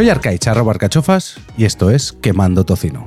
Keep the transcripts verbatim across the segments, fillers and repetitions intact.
Soy Arcaich, arroba Arcachofas, y esto es Quemando Tocino.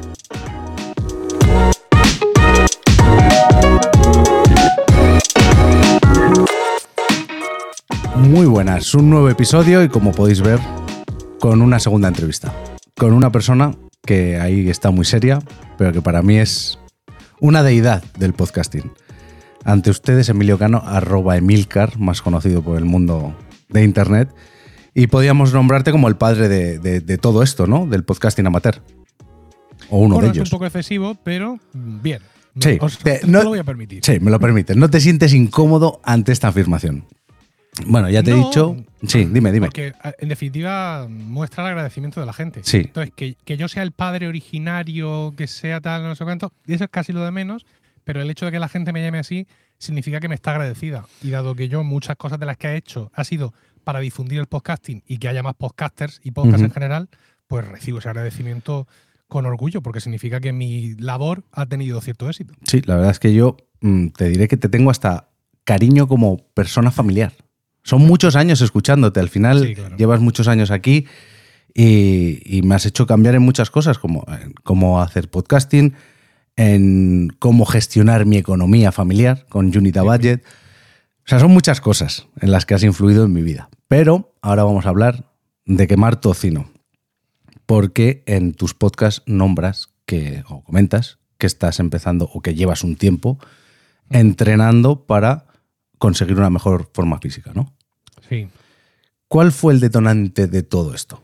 Muy buenas, un nuevo episodio y como podéis ver, con una segunda entrevista. Con una persona que ahí está muy seria, pero que para mí es una deidad del podcasting. Ante ustedes, Emilio Cano, arroba Emilcar, más conocido por el mundo de internet. Y podíamos nombrarte como el padre de, de, de todo esto, ¿no? Del podcasting amateur. O uno bueno, de ellos. Es un poco excesivo, pero bien. Sí, Os, te, te no, lo voy a permitir. Sí, me lo permites. No te sientes incómodo ante esta afirmación. Bueno, ya te no, he dicho... Sí, dime, dime. Porque, en definitiva, muestra el agradecimiento de la gente. Sí. Entonces, que, que yo sea el padre originario, que sea tal, no sé cuánto, eso es casi lo de menos, pero el hecho de que la gente me llame así significa que me está agradecida. Y dado que yo muchas cosas de las que he hecho ha sido para difundir el podcasting y que haya más podcasters y podcasts uh-huh. en general, pues recibo ese agradecimiento con orgullo, porque significa que mi labor ha tenido cierto éxito. Sí, la verdad es que yo mmm, te diré que te tengo hasta cariño como persona familiar. Son muchos años escuchándote, al final sí, claro. Llevas muchos años aquí y, y me has hecho cambiar en muchas cosas, como en cómo hacer podcasting, en cómo gestionar mi economía familiar con Unita sí, Budget. Sí. O sea, son muchas cosas en las que has influido en mi vida. Pero ahora vamos a hablar de quemar tocino, porque en tus podcasts nombras que, o comentas que estás empezando o que llevas un tiempo entrenando para conseguir una mejor forma física, ¿no? Sí. ¿Cuál fue el detonante de todo esto?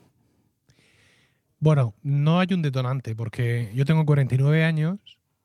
Bueno, no hay un detonante, porque yo tengo cuarenta y nueve años,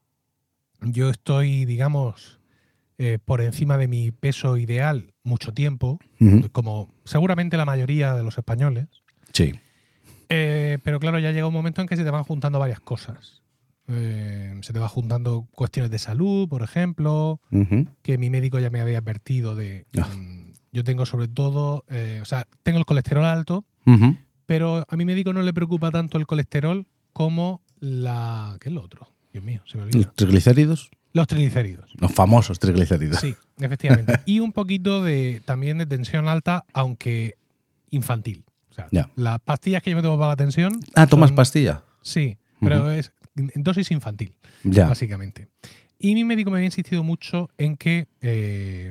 yo estoy, digamos, eh, por encima de mi peso ideal mucho tiempo, uh-huh. como seguramente la mayoría de los españoles. Sí. Eh, pero claro, ya llega un momento en que se te van juntando varias cosas. Eh, se te va juntando cuestiones de salud, por ejemplo, uh-huh. que mi médico ya me había advertido de... Oh. Um, yo tengo sobre todo... Eh, o sea, tengo el colesterol alto, uh-huh. pero a mi médico no le preocupa tanto el colesterol como la... ¿Qué es lo otro? Dios mío, se me olvida. ¿Los triglicéridos? Los triglicéridos. Los famosos triglicéridos. Sí, efectivamente. Y un poquito de también de tensión alta, aunque infantil. O sea, yeah. las pastillas que yo me tomo para la tensión... Ah, ¿tomas son, pastilla? Sí, pero uh-huh. es en dosis infantil, yeah. básicamente. Y mi médico me había insistido mucho en que... Eh,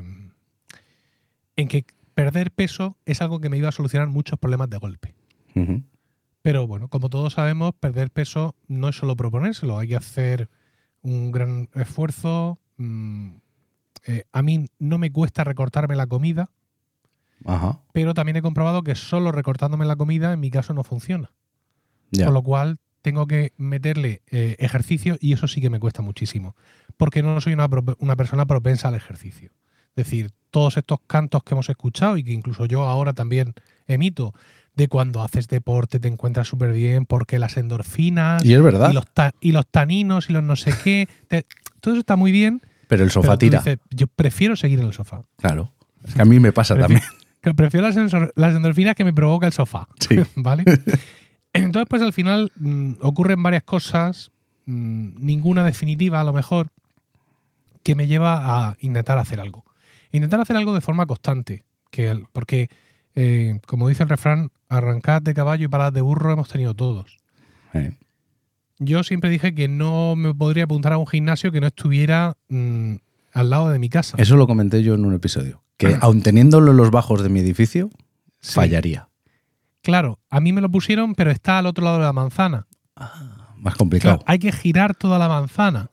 en que perder peso es algo que me iba a solucionar muchos problemas de golpe. Uh-huh. Pero bueno, como todos sabemos, perder peso no es solo proponérselo, hay que hacer un gran esfuerzo. Mm, eh, a mí no me cuesta recortarme la comida, uh-huh. pero también he comprobado que solo recortándome la comida en mi caso no funciona. Yeah. Con lo cual tengo que meterle eh, ejercicio y eso sí que me cuesta muchísimo, porque no soy una, una persona propensa al ejercicio. Es decir, todos estos cantos que hemos escuchado y que incluso yo ahora también emito, de cuando haces deporte te encuentras súper bien porque las endorfinas y, es verdad. y, los ta- y los taninos y los no sé qué, te, todo eso está muy bien. Pero el sofá pero tira. Dices, yo prefiero seguir en el sofá. Claro, es que a mí me pasa prefiero, también. Prefiero las, las endorfinas que me provoca el sofá. Sí. ¿Vale? Entonces, pues al final mmm, ocurren varias cosas, mmm, ninguna definitiva a lo mejor, que me lleva a intentar hacer algo. Intentar hacer algo de forma constante, que, porque, eh, como dice el refrán, arrancadas de caballo y paradas de burro hemos tenido todos. Sí. Yo siempre dije que no me podría apuntar a un gimnasio que no estuviera mmm, al lado de mi casa. Eso lo comenté yo en un episodio, que aun teniéndolo en los bajos de mi edificio, sí. fallaría. Claro, a mí me lo pusieron, pero está al otro lado de la manzana. Ah, más complicado. Claro, hay que girar toda la manzana.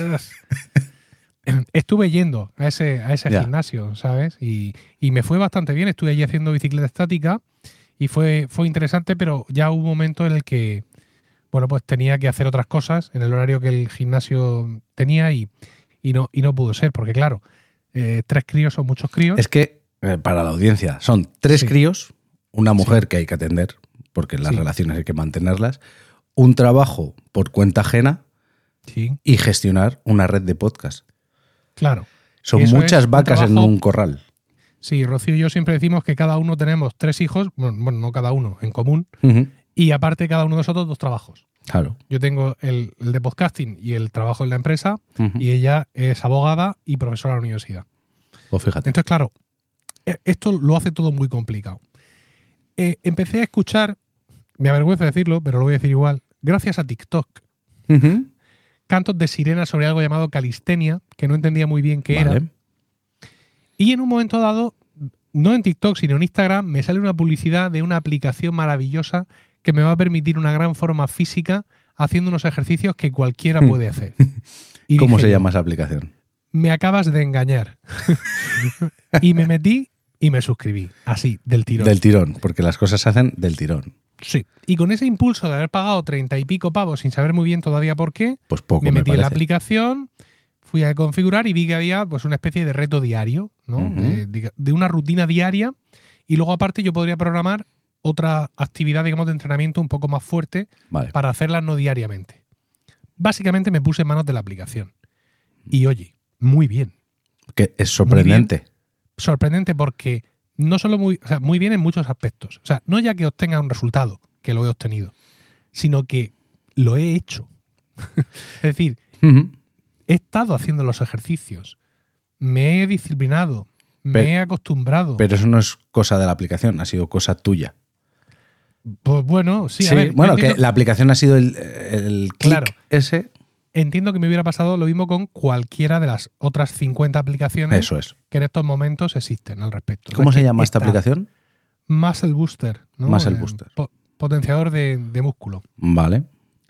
Estuve yendo a ese, a ese yeah. gimnasio, ¿sabes? Y, y me fue bastante bien. Estuve allí haciendo bicicleta estática y fue, fue interesante, pero ya hubo un momento en el que, bueno, pues tenía que hacer otras cosas en el horario que el gimnasio tenía y, y, no, y no pudo ser, porque claro, eh, tres críos son muchos críos. Es que, eh, para la audiencia, son tres sí. críos, una mujer sí. que hay que atender, porque las sí. relaciones hay que mantenerlas, un trabajo por cuenta ajena sí. y gestionar una red de podcast. Claro. Son muchas vacas en un corral. Sí, Rocío y yo siempre decimos que cada uno tenemos tres hijos, bueno, bueno no cada uno, en común, uh-huh. y aparte cada uno de nosotros dos trabajos. Claro. Yo tengo el, el de podcasting y el trabajo en la empresa, uh-huh. y ella es abogada y profesora de la universidad. Pues fíjate. Entonces, claro, esto lo hace todo muy complicado. Eh, empecé a escuchar me avergüenza decirlo, pero lo voy a decir igual, gracias a TikTok. Uh-huh. Cantos de sirena sobre algo llamado calistenia, que no entendía muy bien qué Vale. era. Y en un momento dado, no en TikTok, sino en Instagram, me sale una publicidad de una aplicación maravillosa que me va a permitir una gran forma física haciendo unos ejercicios que cualquiera puede hacer. Y ¿Cómo dije se yo, llama esa aplicación? Me acabas de engañar. Y me metí y me suscribí. Así, del tirón. Del tirón, porque las cosas se hacen del tirón. Sí. Y con ese impulso de haber pagado treinta y pico pavos sin saber muy bien todavía por qué, Pues poco me me metí en la parece. aplicación, fui a configurar y vi que había pues una especie de reto diario, ¿no? Ujú. de, de- de una rutina diaria. Y luego, aparte, yo podría programar otra actividad, digamos, de entrenamiento un poco más fuerte Vale. para hacerla no diariamente. Básicamente me puse en manos de la aplicación. Y oye, muy bien. Que es sorprendente. Sorprendente porque no solo muy, o sea, muy bien en muchos aspectos. O sea, no ya que obtenga un resultado, que lo he obtenido, sino que lo he hecho. Es decir, Uh-huh. he estado haciendo los ejercicios, me he disciplinado, me Pero- he acostumbrado. Pero eso no es cosa de la aplicación, ha sido cosa tuya. Pues bueno, sí, Sí, a ver, bueno, yo que entiendo, la aplicación ha sido el, el clic Claro. ese. entiendo que me hubiera pasado lo mismo con cualquiera de las otras cincuenta aplicaciones Eso es. que en estos momentos existen al respecto. ¿Cómo Es se que llama esta esta aplicación? Muscle Booster, ¿no? Muscle Eh, Booster. po- potenciador de, de músculo. Vale.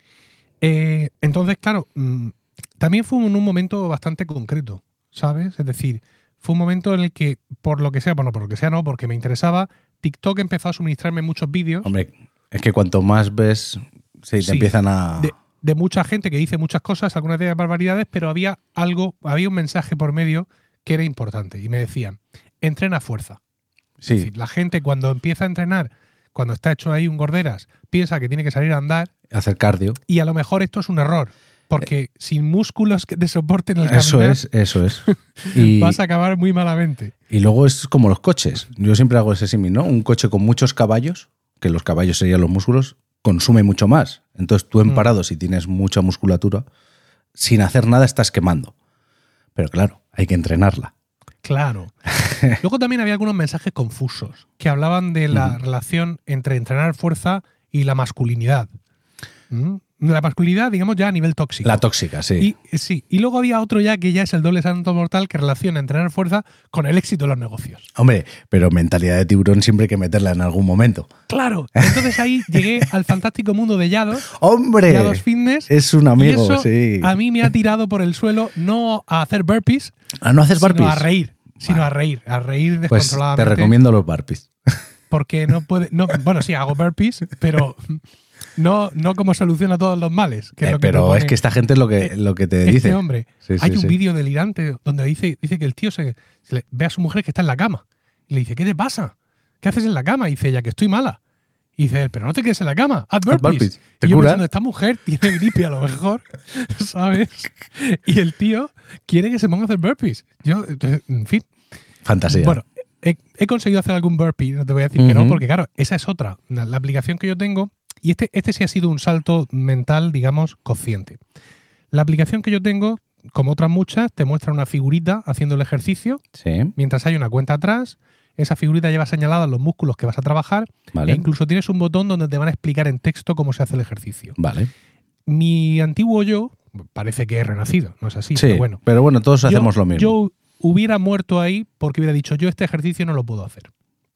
Eh, entonces, claro, mm, también fue en un momento bastante concreto, ¿sabes? Es decir, fue un momento en el que, por lo que sea, bueno, por lo que sea no, porque me interesaba, TikTok empezó a suministrarme muchos vídeos Hombre, es que cuanto más ves, sí, te Sí. empiezan a... de, de mucha gente que dice muchas cosas, algunas de ellas barbaridades, pero había algo, había un mensaje por medio que era importante. Y me decían, entrena fuerza. Es Sí, decir, la gente cuando empieza a entrenar, cuando está hecho ahí un gorderas, piensa que tiene que salir a andar hacer cardio. y a lo mejor esto es un error. Porque sin músculos que te soporten el Eso caminar, es, eso es. Y, vas a acabar muy malamente. y luego es como los coches. Yo siempre hago ese símil, ¿no? Un coche con muchos caballos, que los caballos serían los músculos, consume mucho más. Entonces tú en Mm. parado, si tienes mucha musculatura, sin hacer nada estás quemando. Pero claro, hay que entrenarla. Claro. Luego también había algunos mensajes confusos que hablaban de la Ujú. relación entre entrenar fuerza y la masculinidad. ¿Mm? La masculinidad, digamos, ya a nivel tóxico. La tóxica, sí. Y, sí. Y luego había otro ya que ya es el doble santo mortal que relaciona entrenar fuerza con el éxito de los negocios. Hombre, pero mentalidad de tiburón siempre hay que meterla en algún momento. Claro. Entonces ahí llegué al fantástico mundo de Yados, ¡Hombre! Yados Fitness. Es un amigo, y eso sí. a mí me ha tirado por el suelo no a hacer burpees, Ah, ¿no haces sino burpees? a reír. Sino Vale. a reír, a reír Pues descontroladamente. te recomiendo los burpees. Porque no puede. No, bueno, sí, hago burpees, pero no, no como solución a todos los males. Que es Eh, lo que pero propone es que esta gente es lo que, lo que te este dice. hombre. Sí, Hay sí, un sí. vídeo delirante donde dice, dice que el tío se, se le- ve a su mujer que está en la cama. Y le dice, ¿qué te pasa? ¿Qué haces en la cama? Y dice ella, que estoy mala. Y dice él, pero no te quedes en la cama, haz burpees. burpees. ¿Te Y yo cura? pensando, esta mujer tiene gripe a lo mejor, ¿sabes? Y el tío quiere que se ponga a hacer burpees. Yo, entonces, en fin. Fantasía. Bueno, he, he conseguido hacer algún burpee, no te voy a decir que no, Ujú. porque claro, esa es otra. La, la aplicación que yo tengo, y este, este sí ha sido un salto mental, digamos, consciente. La aplicación que yo tengo, como otras muchas, te muestra una figurita haciendo el ejercicio, Sí, mientras hay una cuenta atrás. Esa figurita lleva señalados los músculos que vas a trabajar vale. e incluso tienes un botón donde te van a explicar en texto cómo se hace el ejercicio. Vale. Mi antiguo yo, parece que he renacido, no es así, Sí, pero bueno. pero bueno, todos Yo- hacemos lo mismo. Yo hubiera muerto ahí porque hubiera dicho, yo este ejercicio no lo puedo hacer.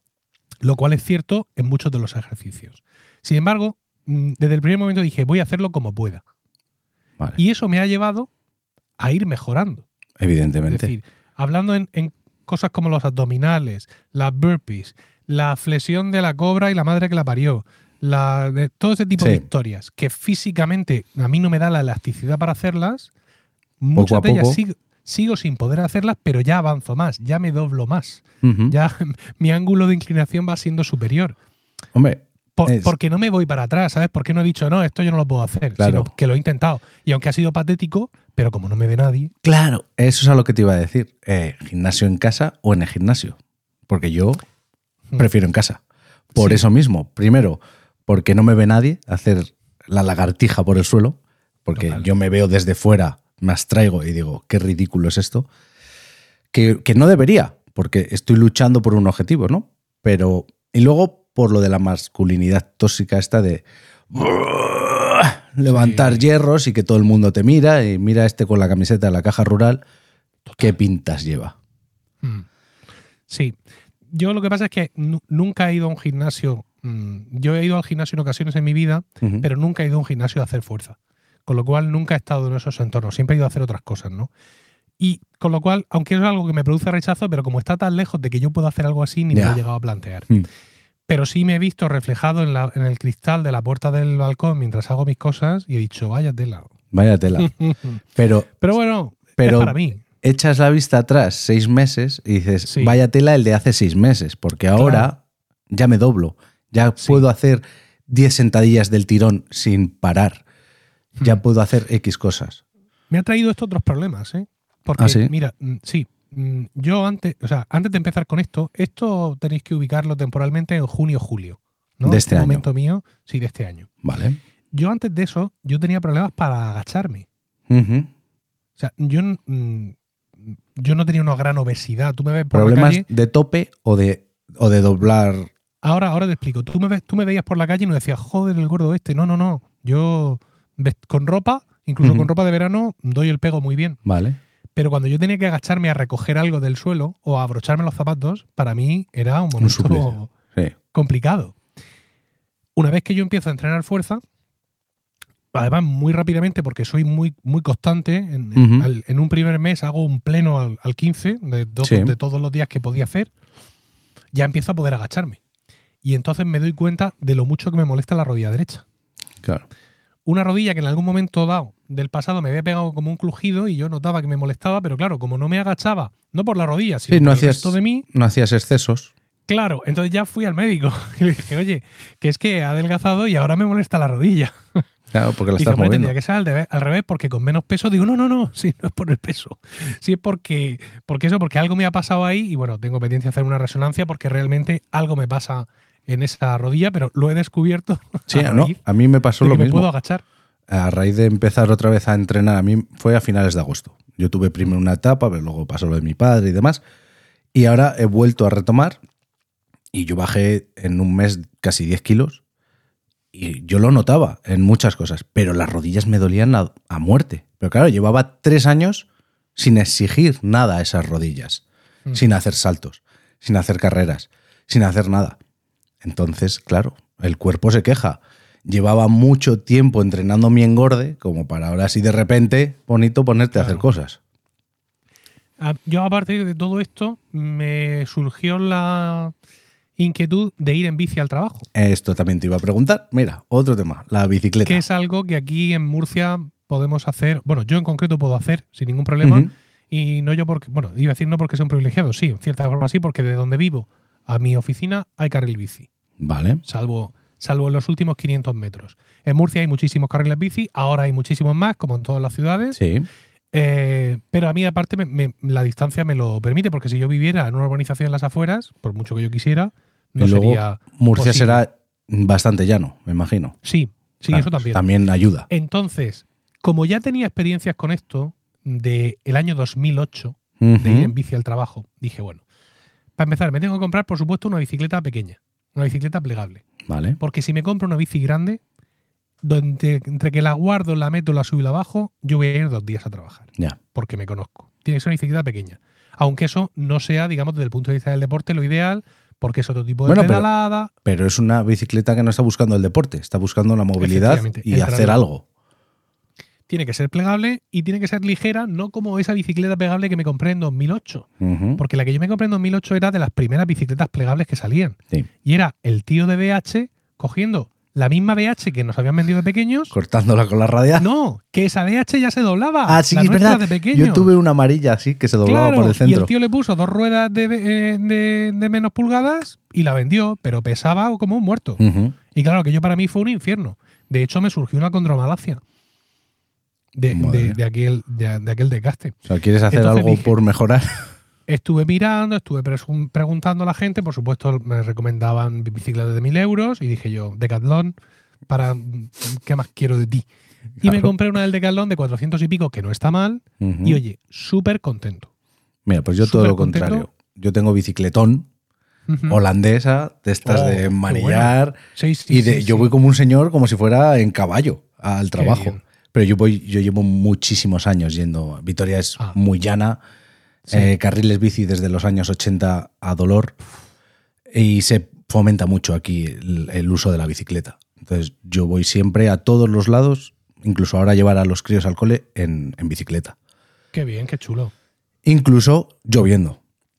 Lo cual es cierto en muchos de los ejercicios. Sin embargo, mm, desde el primer momento dije, voy a hacerlo como pueda. Vale. Y eso me ha llevado a ir mejorando. Es Evidentemente. decir, hablando en, en cosas como los abdominales, las burpees, la flexión de la cobra y la madre que la parió, la, de, todo ese tipo Sí. de historias que físicamente a mí no me da la elasticidad para hacerlas, muchas a de ellas poco. sigo, sigo sin poder hacerlas, pero ya avanzo más, ya me doblo más, Ujú. ya mi ángulo de inclinación va siendo superior. Hombre, Por- Es- porque no me voy para atrás, ¿sabes? Porque no he dicho, no, esto yo no lo puedo hacer, Claro. sino que lo he intentado. Y aunque ha sido patético, pero como no me ve nadie, claro, eso es a lo que te iba a decir. Eh, ¿Gimnasio en casa o en el gimnasio? Porque yo Mm. prefiero en casa. Por Sí. eso mismo. Primero, porque no me ve nadie hacer la lagartija por el suelo, porque Total. yo me veo desde fuera, me abstraigo y digo, qué ridículo es esto. Que, que no debería, porque estoy luchando por un objetivo, ¿no? Pero, y luego, por lo de la masculinidad tóxica esta de levantar sí. hierros y que todo el mundo te mira y mira este con la camiseta de la Caja Rural. Total. ¿Qué pintas lleva? Sí. Yo lo que pasa es que nunca he ido a un gimnasio. Yo he ido al gimnasio en ocasiones en mi vida, uh-huh. pero nunca he ido a un gimnasio a hacer fuerza. Con lo cual nunca he estado en esos entornos. Siempre he ido a hacer otras cosas, ¿no? Y con lo cual, aunque es algo que me produce rechazo, pero como está tan lejos de que yo pueda hacer algo así, ni yeah. me lo he llegado a plantear. Mm. Pero sí me he visto reflejado en, la, en el cristal de la puerta del balcón mientras hago mis cosas y he dicho, vaya tela. Vaya tela. pero, pero bueno, pero es para mí. Echas la vista atrás seis meses y dices, sí. vaya tela el de hace seis meses, porque ahora claro. ya me doblo. Ya sí. puedo hacer diez sentadillas del tirón sin parar. Ya mm. puedo hacer X cosas. Me ha traído esto otros problemas, ¿eh? Porque, ¿Ah, sí? mira, sí, yo antes, o sea, antes de empezar con esto, esto tenéis que ubicarlo temporalmente en junio o julio, ¿no? De este Un año. momento mío, sí, de este año. Vale. Yo antes de eso, yo tenía problemas para agacharme. Uh-huh. O sea, yo, yo no tenía una gran obesidad. Tú me ves por ¿Problemas la calle, de tope o de, o de doblar? Ahora, ahora te explico. Tú me, ves, tú me veías por la calle y no decías, joder, el gordo este. No, no, no. Yo con ropa, incluso uh-huh. con ropa de verano, doy el pego muy bien. Vale. Pero cuando yo tenía que agacharme a recoger algo del suelo o a abrocharme los zapatos, para mí era un momento un sí. complicado. Una vez que yo empiezo a entrenar fuerza, además muy rápidamente porque soy muy, muy constante, en, uh-huh. al, en un primer mes hago un pleno al, al quince de, do, sí. de todos los días que podía hacer, ya empiezo a poder agacharme. Y entonces me doy cuenta de lo mucho que me molesta la rodilla derecha. Claro. Una rodilla que en algún momento dado del pasado me había pegado como un crujido y yo notaba que me molestaba, pero claro, como no me agachaba, no por la rodilla, sino sí, no por hacías, el resto de mí. No hacías excesos. Claro, entonces ya fui al médico y le dije, oye, que es que ha adelgazado y ahora me molesta la rodilla. Claro, porque la y estás dice, moviendo. Tendría que ser al, de, al revés, porque con menos peso. Digo, no, no, no, sí, no es por el peso. Sí es porque, porque eso, porque algo me ha pasado ahí y bueno, tengo pendiente de hacer una resonancia porque realmente algo me pasa en esa rodilla, pero lo he descubierto. Sí, a, no, a mí me pasó lo me mismo. puedo agachar. A raíz de empezar otra vez a entrenar, a mí fue a finales de agosto. Yo tuve primero una etapa, pero luego pasó lo de mi padre y demás. Y ahora he vuelto a retomar y yo bajé en un mes casi diez kilos y yo lo notaba en muchas cosas, pero las rodillas me dolían a, a muerte. Pero claro, llevaba tres años sin exigir nada a esas rodillas, mm. sin hacer saltos, sin hacer carreras, sin hacer nada. Entonces, claro, el cuerpo se queja. Llevaba mucho tiempo entrenando mi engorde como para ahora sí de repente, bonito, ponerte claro. a hacer cosas. Yo a partir de todo esto me surgió la inquietud de ir en bici al trabajo. Esto también te iba a preguntar. Mira, otro tema, la bicicleta. Que es algo que aquí en Murcia podemos hacer, bueno, yo en concreto puedo hacer sin ningún problema. Uh-huh. Y no yo porque, bueno, iba a decir no porque sea un privilegiado, sí, en cierta forma sí, porque de donde vivo a mi oficina hay carril bici. Vale. Salvo... salvo en los últimos quinientos metros. En Murcia hay muchísimos carriles bici, ahora hay muchísimos más, como en todas las ciudades. Sí. Eh, pero a mí, aparte, me, me, la distancia me lo permite, porque si yo viviera en una urbanización en las afueras, por mucho que yo quisiera, no y luego, sería Murcia posible. Será bastante llano, me imagino. Sí, sí, claro, eso también. También ayuda. Entonces, como ya tenía experiencias con esto del año dos mil ocho, uh-huh. de ir en bici al trabajo, dije, bueno, para empezar, me tengo que comprar, por supuesto, una bicicleta pequeña, una bicicleta plegable. Vale. Porque si me compro una bici grande, donde, entre que la guardo, la meto, la subo y la bajo, yo voy a ir dos días a trabajar. Ya. Porque me conozco. Tiene que ser una bicicleta pequeña. Aunque eso no sea, digamos, desde el punto de vista del deporte, lo ideal, porque es otro tipo de bueno, pedalada. Pero, pero es una bicicleta que no está buscando el deporte, está buscando la movilidad y hacer algo. Tiene que ser plegable y tiene que ser ligera, no como esa bicicleta plegable que me compré en dos mil ocho. Uh-huh. Porque la que yo me compré en dos mil ocho era de las primeras bicicletas plegables que salían. Sí. Y era el tío de B H cogiendo la misma B H que nos habían vendido de pequeños. Cortándola con la radial. No, que esa B H ya se doblaba. Ah, sí, es verdad. De pequeños. Yo tuve una amarilla así que se doblaba claro, por el centro. Y el tío le puso dos ruedas de, de, de, de menos pulgadas y la vendió, pero pesaba como un muerto. Uh-huh. Y claro, aquello para mí fue un infierno. De hecho, me surgió una condromalacia. De, de, de, aquel, de, de aquel desgaste. O sea, ¿quieres hacer Entonces algo dije, por mejorar? Estuve mirando, estuve preguntando a la gente, por supuesto me recomendaban bicicletas de mil euros y dije yo, Decathlon, para ¿qué más quiero de ti? Y claro. me compré una del Decathlon de cuatrocientos y pico, que no está mal, uh-huh. y oye, súper contento. Mira, pues yo todo lo contrario. Yo tengo bicicletón, uh-huh. holandesa, de estas oh, de manillar. Bueno. Sí, sí, y de, sí, yo sí. voy como un señor, como si fuera en caballo al trabajo. Pero yo voy, yo llevo muchísimos años yendo. Vitoria es ah. muy llana, sí. eh, carriles bici desde los años ochenta a dolor. Y se fomenta mucho aquí el, el uso de la bicicleta. Entonces yo voy siempre a todos los lados, incluso ahora llevar a los críos al cole en, en bicicleta. Qué bien, qué chulo. Incluso lloviendo.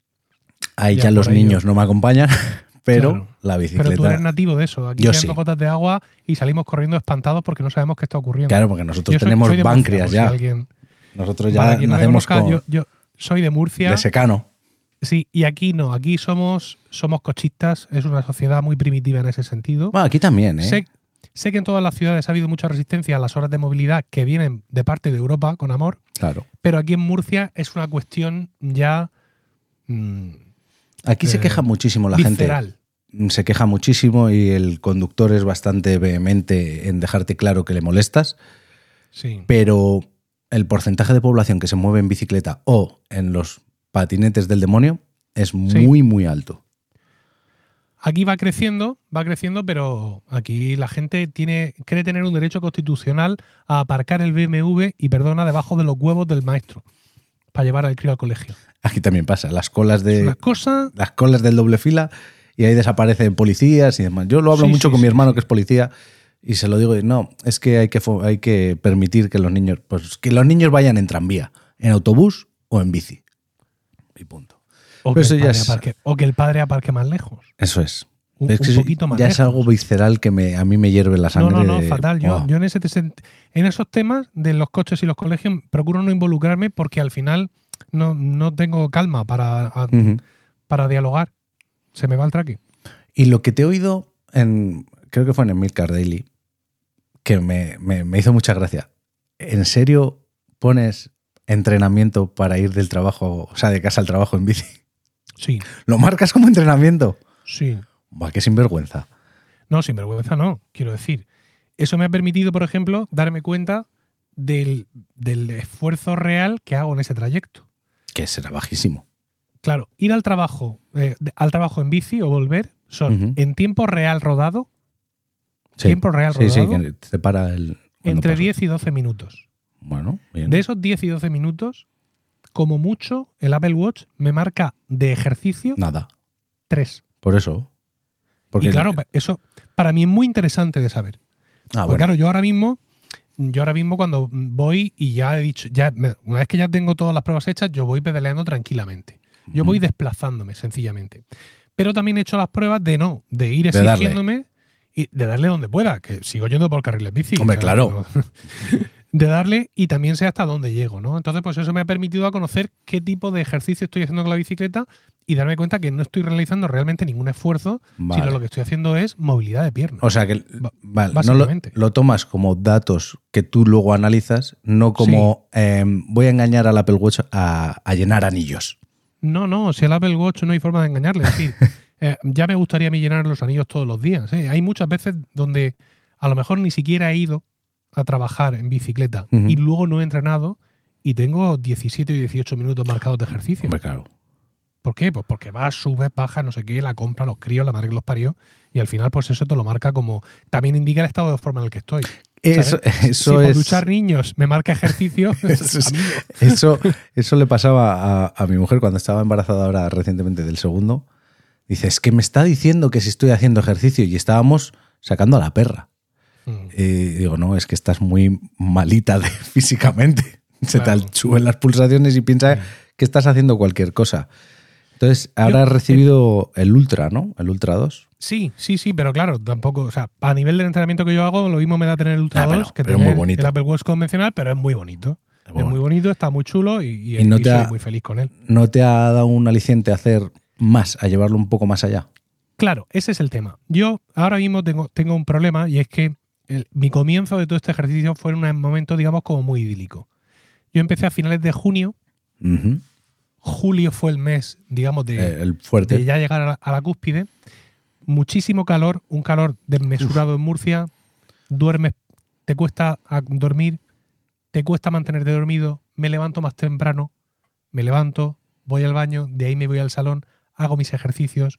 Ahí ya, ya los niños yo. no me acompañan, pero claro. la bicicleta... Pero tú eres nativo de eso. Aquí yo caen sí. dos gotas de agua y salimos corriendo espantados porque no sabemos qué está ocurriendo. Claro, porque nosotros yo soy, tenemos soy páncreas Murcia, ya. Si alguien... Nosotros ya nacemos conozca, con... Yo, yo soy de Murcia. De secano. Sí, y aquí no. Aquí somos, somos cochistas. Es una sociedad muy primitiva en ese sentido. Bueno, aquí también, ¿eh? Sé, sé que en todas las ciudades ha habido mucha resistencia a las horas de movilidad que vienen de parte de Europa, con amor. Claro. Pero aquí en Murcia es una cuestión ya... Mmm, aquí eh, se queja muchísimo la visceral. gente. Se queja muchísimo y el conductor es bastante vehemente en dejarte claro que le molestas. Sí. Pero el porcentaje de población que se mueve en bicicleta o en los patinetes del demonio es muy, sí. muy alto. Aquí va creciendo, va creciendo, pero aquí la gente tiene, cree tener un derecho constitucional a aparcar el B M W y, perdona, debajo de los huevos del maestro para llevar al crío al colegio. Aquí también pasa, las colas de una cosa... las colas del doble fila y ahí desaparecen policías y demás. Yo lo hablo sí, mucho sí, con sí, mi hermano sí. que es policía y se lo digo, y no, es que hay que hay que permitir que los niños, pues que los niños vayan en tranvía, en autobús o en bici. Y punto. O que, eso ya es, aparque, o que el padre aparque más lejos. Eso es. Un, es que un poquito más ya lejos. Es algo visceral que me, a mí me hierve la sangre. No, no, no, de, fatal. Yo, wow. yo en, ese, en esos temas de los coches y los colegios procuro no involucrarme porque al final no, no tengo calma para, a, uh-huh. para dialogar. Se me va el traque. Y lo que te he oído, en, creo que fue en Emilcar Daily, que me, me, me hizo mucha gracia. ¿En serio pones entrenamiento para ir del trabajo, o sea, de casa al trabajo en bici? Sí. ¿Lo marcas como entrenamiento? Sí. Buah, qué sinvergüenza. No, sinvergüenza no, quiero decir. Eso me ha permitido, por ejemplo, darme cuenta del, del esfuerzo real que hago en ese trayecto. Que será bajísimo. Claro, ir al trabajo, eh, al trabajo en bici o volver son uh-huh. en tiempo real rodado, sí. tiempo real sí, rodado, sí, que te para el... entre pasas. diez y doce minutos. Bueno, bien. De esos diez y doce minutos, como mucho, el Apple Watch me marca de ejercicio nada. tres. Por eso. Porque y claro, eso para mí es muy interesante de saber. Ah, Porque bueno. claro, yo ahora mismo, yo ahora mismo cuando voy y ya he dicho, ya una vez que ya tengo todas las pruebas hechas, yo voy pedaleando tranquilamente. Yo voy desplazándome, sencillamente. Pero también he hecho las pruebas de no, de ir de exigiéndome darle. y de darle donde pueda, que sigo yendo por carriles bici. Hombre, o sea, claro. No, de darle y también sé hasta dónde llego, ¿no? Entonces, pues eso me ha permitido a conocer qué tipo de ejercicio estoy haciendo con la bicicleta y darme cuenta que no estoy realizando realmente ningún esfuerzo, vale. sino lo que estoy haciendo es movilidad de piernas. O sea que vale, no lo, lo tomas como datos que tú luego analizas, no como sí. eh, voy a engañar al Apple Watch a, a llenar anillos. No, no, si el Apple Watch no hay forma de engañarle. Es decir, eh, ya me gustaría a mí llenar los anillos todos los días. ¿eh? Hay muchas veces donde a lo mejor ni siquiera he ido a trabajar en bicicleta uh-huh. y luego no he entrenado y tengo diecisiete o dieciocho minutos marcados de ejercicio. Hombre, claro. ¿Por qué? Pues porque vas, subes, bajas, no sé qué, la compra, los críos, la madre que los parió y al final pues eso te lo marca como... También indica el estado de forma en el que estoy. Eso, eso si es... por luchar niños me marca ejercicio, eso, es, eso, eso le pasaba a, a mi mujer cuando estaba embarazada ahora recientemente del segundo. Dice, es que me está diciendo que si estoy haciendo ejercicio y estábamos sacando a la perra. Mm. Y digo, no, es que estás muy malita de, físicamente. Se claro. te suben las pulsaciones y piensa mm. que estás haciendo cualquier cosa. Entonces, ahora has recibido el Ultra, ¿no? El Ultra dos. Sí, sí, sí, pero claro, tampoco, o sea, a nivel del entrenamiento que yo hago, lo mismo me da tener el Ultra ah, pero, dos que pero tener muy bonito. el Apple Watch convencional, pero es muy bonito. Es muy, es muy bonito, está muy chulo y, y, y, no y te soy ha, muy feliz con él. ¿No te ha dado un aliciente a hacer más, a llevarlo un poco más allá? Claro, ese es el tema. Yo ahora mismo tengo, tengo un problema y es que el, mi comienzo de todo este ejercicio fue en un momento, digamos, como muy idílico. Yo empecé a finales de junio. Uh-huh. Julio fue el mes, digamos, de, eh, el fuerte. de ya llegar a la, a la cúspide. Muchísimo calor, un calor desmesurado Uf. en Murcia. Duermes, te cuesta dormir, te cuesta mantenerte dormido. Me levanto más temprano, me levanto, voy al baño, de ahí me voy al salón, hago mis ejercicios,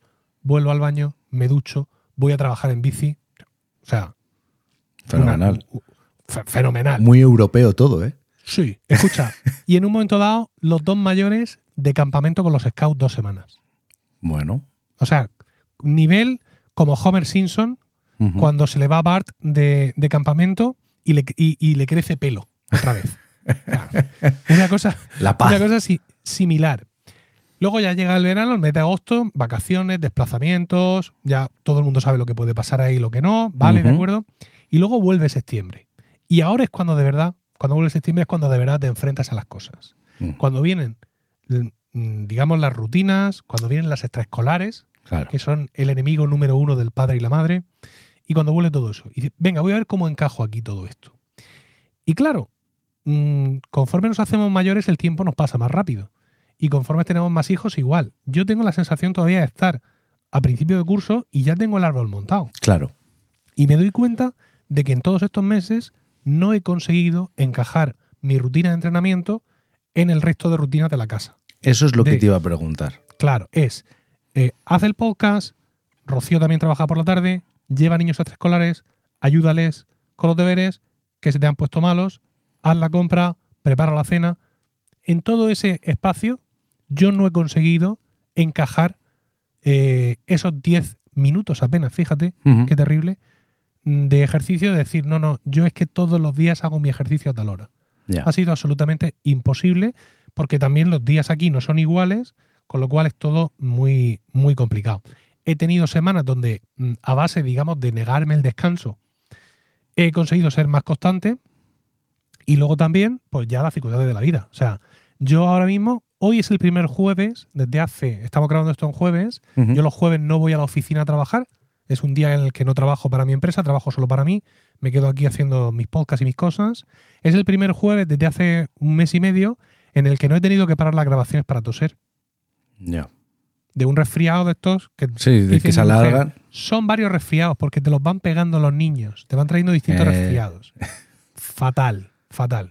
vuelvo al baño, me ducho, voy a trabajar en bici. O sea, fenomenal. Una, fenomenal. Muy europeo todo, ¿eh? Sí, escucha. Y en un momento dado, los dos mayores de campamento con los scouts dos semanas. Bueno. O sea, nivel como Homer Simpson uh-huh. cuando se le va a Bart de, de campamento y le, y, y le crece pelo otra vez. Claro. Una cosa, La paz. Una cosa si, similar. Luego ya llega el verano, el mes de agosto, vacaciones, desplazamientos, ya todo el mundo sabe lo que puede pasar ahí y lo que no, ¿vale? Uh-huh. ¿De acuerdo? Y luego vuelve septiembre. Y ahora es cuando de verdad, cuando vuelve septiembre es cuando de verdad te enfrentas a las cosas. Uh-huh. Cuando vienen, digamos, las rutinas, cuando vienen las extraescolares, claro. que son el enemigo número uno del padre y la madre, y cuando vuelve todo eso. Y dices, venga, voy a ver cómo encajo aquí todo esto. Y claro, mmm, conforme nos hacemos mayores, el tiempo nos pasa más rápido. Y conforme tenemos más hijos, igual. Yo tengo la sensación todavía de estar a principio de curso y ya tengo el árbol montado. Claro. Y me doy cuenta de que en todos estos meses no he conseguido encajar mi rutina de entrenamiento en el resto de rutinas de la casa. Eso es lo de, que te iba a preguntar. Claro, es, eh, haz el podcast, Rocío también trabaja por la tarde, lleva niños a extraescolares, ayúdales con los deberes que se te han puesto malos, haz la compra, prepara la cena. En todo ese espacio yo no he conseguido encajar eh, esos diez minutos apenas, fíjate, uh-huh. qué terrible, de ejercicio, de decir, no, no, yo es que todos los días hago mi ejercicio a tal hora. Yeah. Ha sido absolutamente imposible porque también los días aquí no son iguales, con lo cual es todo muy, muy complicado. He tenido semanas donde, a base, digamos, de negarme el descanso, he conseguido ser más constante y luego también, pues ya las circunstancias de la vida. O sea, yo ahora mismo, hoy es el primer jueves, desde hace, estamos grabando esto en jueves, uh-huh. yo los jueves no voy a la oficina a trabajar, es un día en el que no trabajo para mi empresa, trabajo solo para mí, me quedo aquí haciendo mis podcasts y mis cosas. Es el primer jueves desde hace un mes y medio en el que no he tenido que parar las grabaciones para toser. Ya. Yeah. De un resfriado de estos que, sí, de que se alargan. Son varios resfriados porque te los van pegando los niños, te van trayendo distintos eh. resfriados. Fatal, fatal.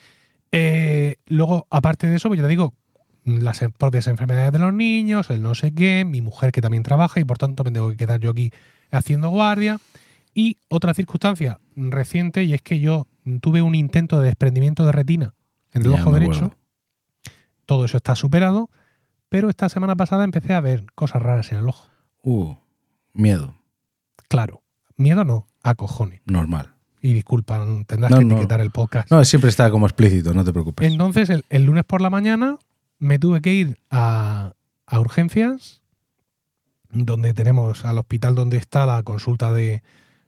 Eh, luego, aparte de eso, pues yo te digo, las propias enfermedades de los niños, el no sé qué, mi mujer que también trabaja y por tanto me tengo que quedar yo aquí haciendo guardia. Y otra circunstancia reciente, y es que yo tuve un intento de desprendimiento de retina en el ya ojo derecho. Acuerdo. Todo eso está superado, pero esta semana pasada empecé a ver cosas raras en el ojo. Uh, miedo. Claro, miedo no, a cojones. Normal. Y disculpa, tendrás no, que no. etiquetar el podcast. No, siempre está como explícito, no te preocupes. Entonces, el, el lunes por la mañana me tuve que ir a, a urgencias, donde tenemos al hospital donde está la consulta de,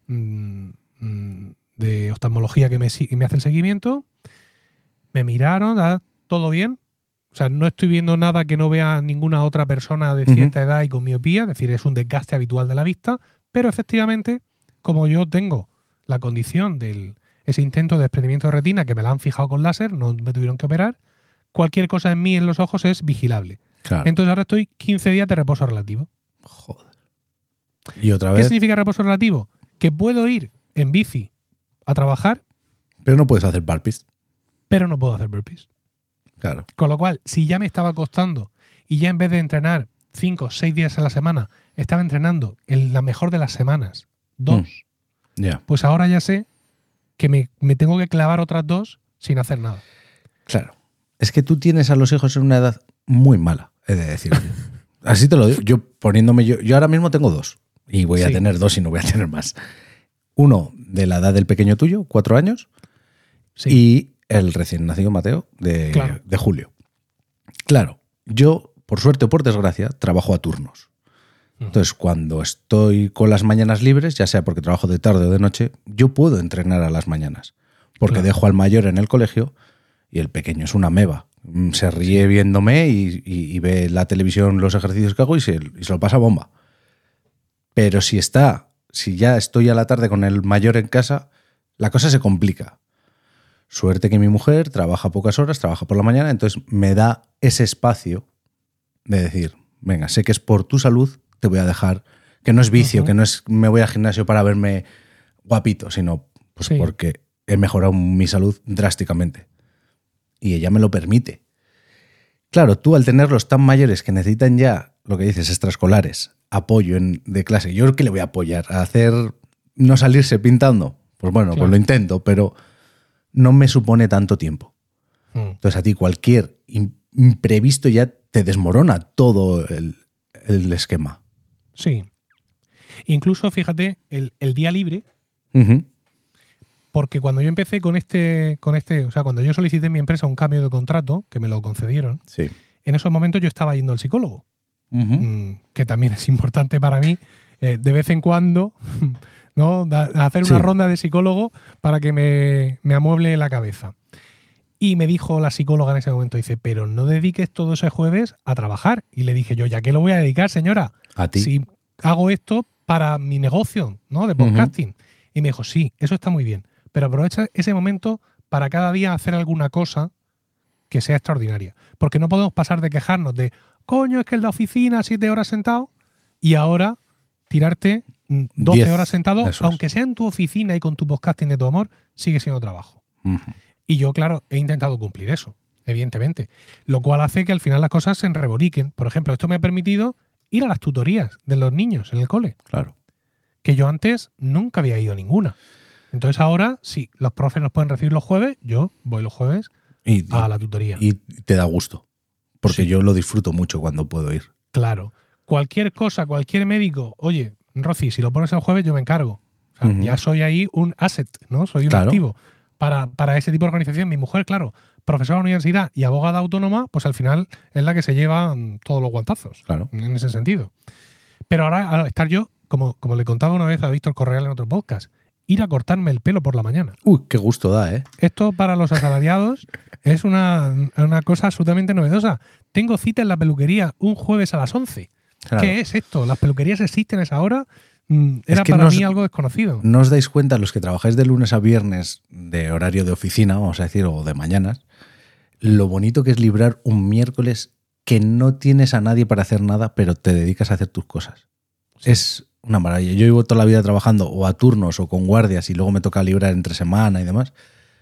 de oftalmología que me, me hace el seguimiento. Me miraron, ¿ah? Todo bien. O sea, no estoy viendo nada que no vea ninguna otra persona de cierta uh-huh. edad y con miopía, es decir, es un desgaste habitual de la vista, pero efectivamente, como yo tengo la condición de ese intento de desprendimiento de retina que me la han fijado con láser, no me tuvieron que operar, cualquier cosa en mí en los ojos es vigilable. Claro. Entonces ahora estoy quince días de reposo relativo. Joder. ¿Y otra vez? ¿Qué significa reposo relativo? Que puedo ir en bici a trabajar. Pero no puedes hacer burpees. Pero no puedo hacer burpees. Claro. Con lo cual, si ya me estaba costando y ya en vez de entrenar cinco o seis días a la semana, estaba entrenando en la mejor de las semanas, dos, mm. yeah. pues ahora ya sé que me, me tengo que clavar otras dos sin hacer nada. Claro. Es que tú tienes a los hijos en una edad muy mala, he de decir. Así te lo digo. Yo poniéndome yo, yo ahora mismo tengo dos y voy a sí. tener dos y no voy a tener más. Uno de la edad del pequeño tuyo, cuatro años, sí. y el recién nacido Mateo de, claro. de julio. Claro, yo, por suerte o por desgracia, trabajo a turnos. Entonces, cuando estoy con las mañanas libres, ya sea porque trabajo de tarde o de noche, yo puedo entrenar a las mañanas. Porque claro. dejo al mayor en el colegio y el pequeño es una meba. Se ríe viéndome y, y, y ve la televisión los ejercicios que hago y se, y se lo pasa bomba. Pero si está, si ya estoy a la tarde con el mayor en casa, la cosa se complica. Suerte que mi mujer trabaja pocas horas, trabaja por la mañana, entonces me da ese espacio de decir, venga, sé que es por tu salud, te voy a dejar, que no es vicio, uh-huh. que no es me voy al gimnasio para verme guapito, sino pues sí. porque he mejorado mi salud drásticamente. Y ella me lo permite. Claro, tú al tenerlos tan mayores que necesitan ya, lo que dices, extraescolares, apoyo en, de clase. Yo ¿qué le voy a apoyar? ¿A hacer no salirse pintando? Pues bueno, claro. Pues lo intento, pero no me supone tanto tiempo. Mm. Entonces a ti cualquier imprevisto ya te desmorona todo el, el esquema. Sí. Incluso, fíjate, el, el día libre, uh-huh. porque cuando yo empecé con este, con este, o sea, cuando yo solicité en mi empresa un cambio de contrato, que me lo concedieron, sí. En esos momentos yo estaba yendo al psicólogo, uh-huh. mmm, que también es importante para mí, eh, de vez en cuando, ¿no? Da, hacer una sí. ronda de psicólogo para que me, me amueble la cabeza. Y me dijo la psicóloga en ese momento, dice, pero no dediques todo ese jueves a trabajar. Y le dije yo, ¿ya qué lo voy a dedicar, señora? A ti. Si hago esto para mi negocio, ¿no? De podcasting. Uh-huh. Y me dijo, sí, eso está muy bien, pero aprovecha ese momento para cada día hacer alguna cosa que sea extraordinaria. Porque no podemos pasar de quejarnos de, coño, es que en la oficina siete horas sentado y ahora tirarte doce Diez. Horas sentado, Eso aunque es. Sea en tu oficina y con tu podcasting de tu amor, sigue siendo trabajo. Uh-huh. Y yo, claro, he intentado cumplir eso, evidentemente. Lo cual hace que al final las cosas se enreboriquen. Por ejemplo, esto me ha permitido ir a las tutorías de los niños en el cole. Claro. Que yo antes nunca había ido a ninguna. Entonces ahora, sí, los profes nos pueden recibir los jueves, yo voy los jueves y, a la tutoría. Y te da gusto, porque sí. yo lo disfruto mucho cuando puedo ir. Claro. Cualquier cosa, cualquier médico, oye, Rosy, si lo pones el jueves yo me encargo. O sea, uh-huh. ya soy ahí un asset, ¿no? Soy un claro. activo para, para ese tipo de organización. Mi mujer, claro, profesora de universidad y abogada autónoma, pues al final es la que se lleva todos los guantazos. Claro. En ese sentido. Pero ahora, al estar yo, como, como le contaba una vez a Víctor Correal en otro podcast, ir a cortarme el pelo por la mañana. Uy, qué gusto da, ¿eh? Esto para los asalariados es una, una cosa absolutamente novedosa. Tengo cita en la peluquería un jueves a las once. Claro. ¿Qué es esto? ¿Las peluquerías existen a esa hora? Era es que para nos, mí algo desconocido. No os dais cuenta, los que trabajáis de lunes a viernes de horario de oficina, vamos a decir, o de mañanas, lo bonito que es librar un miércoles que no tienes a nadie para hacer nada, pero te dedicas a hacer tus cosas. Sí. Es una maravilla. Yo llevo toda la vida trabajando o a turnos o con guardias y luego me toca librar entre semana y demás.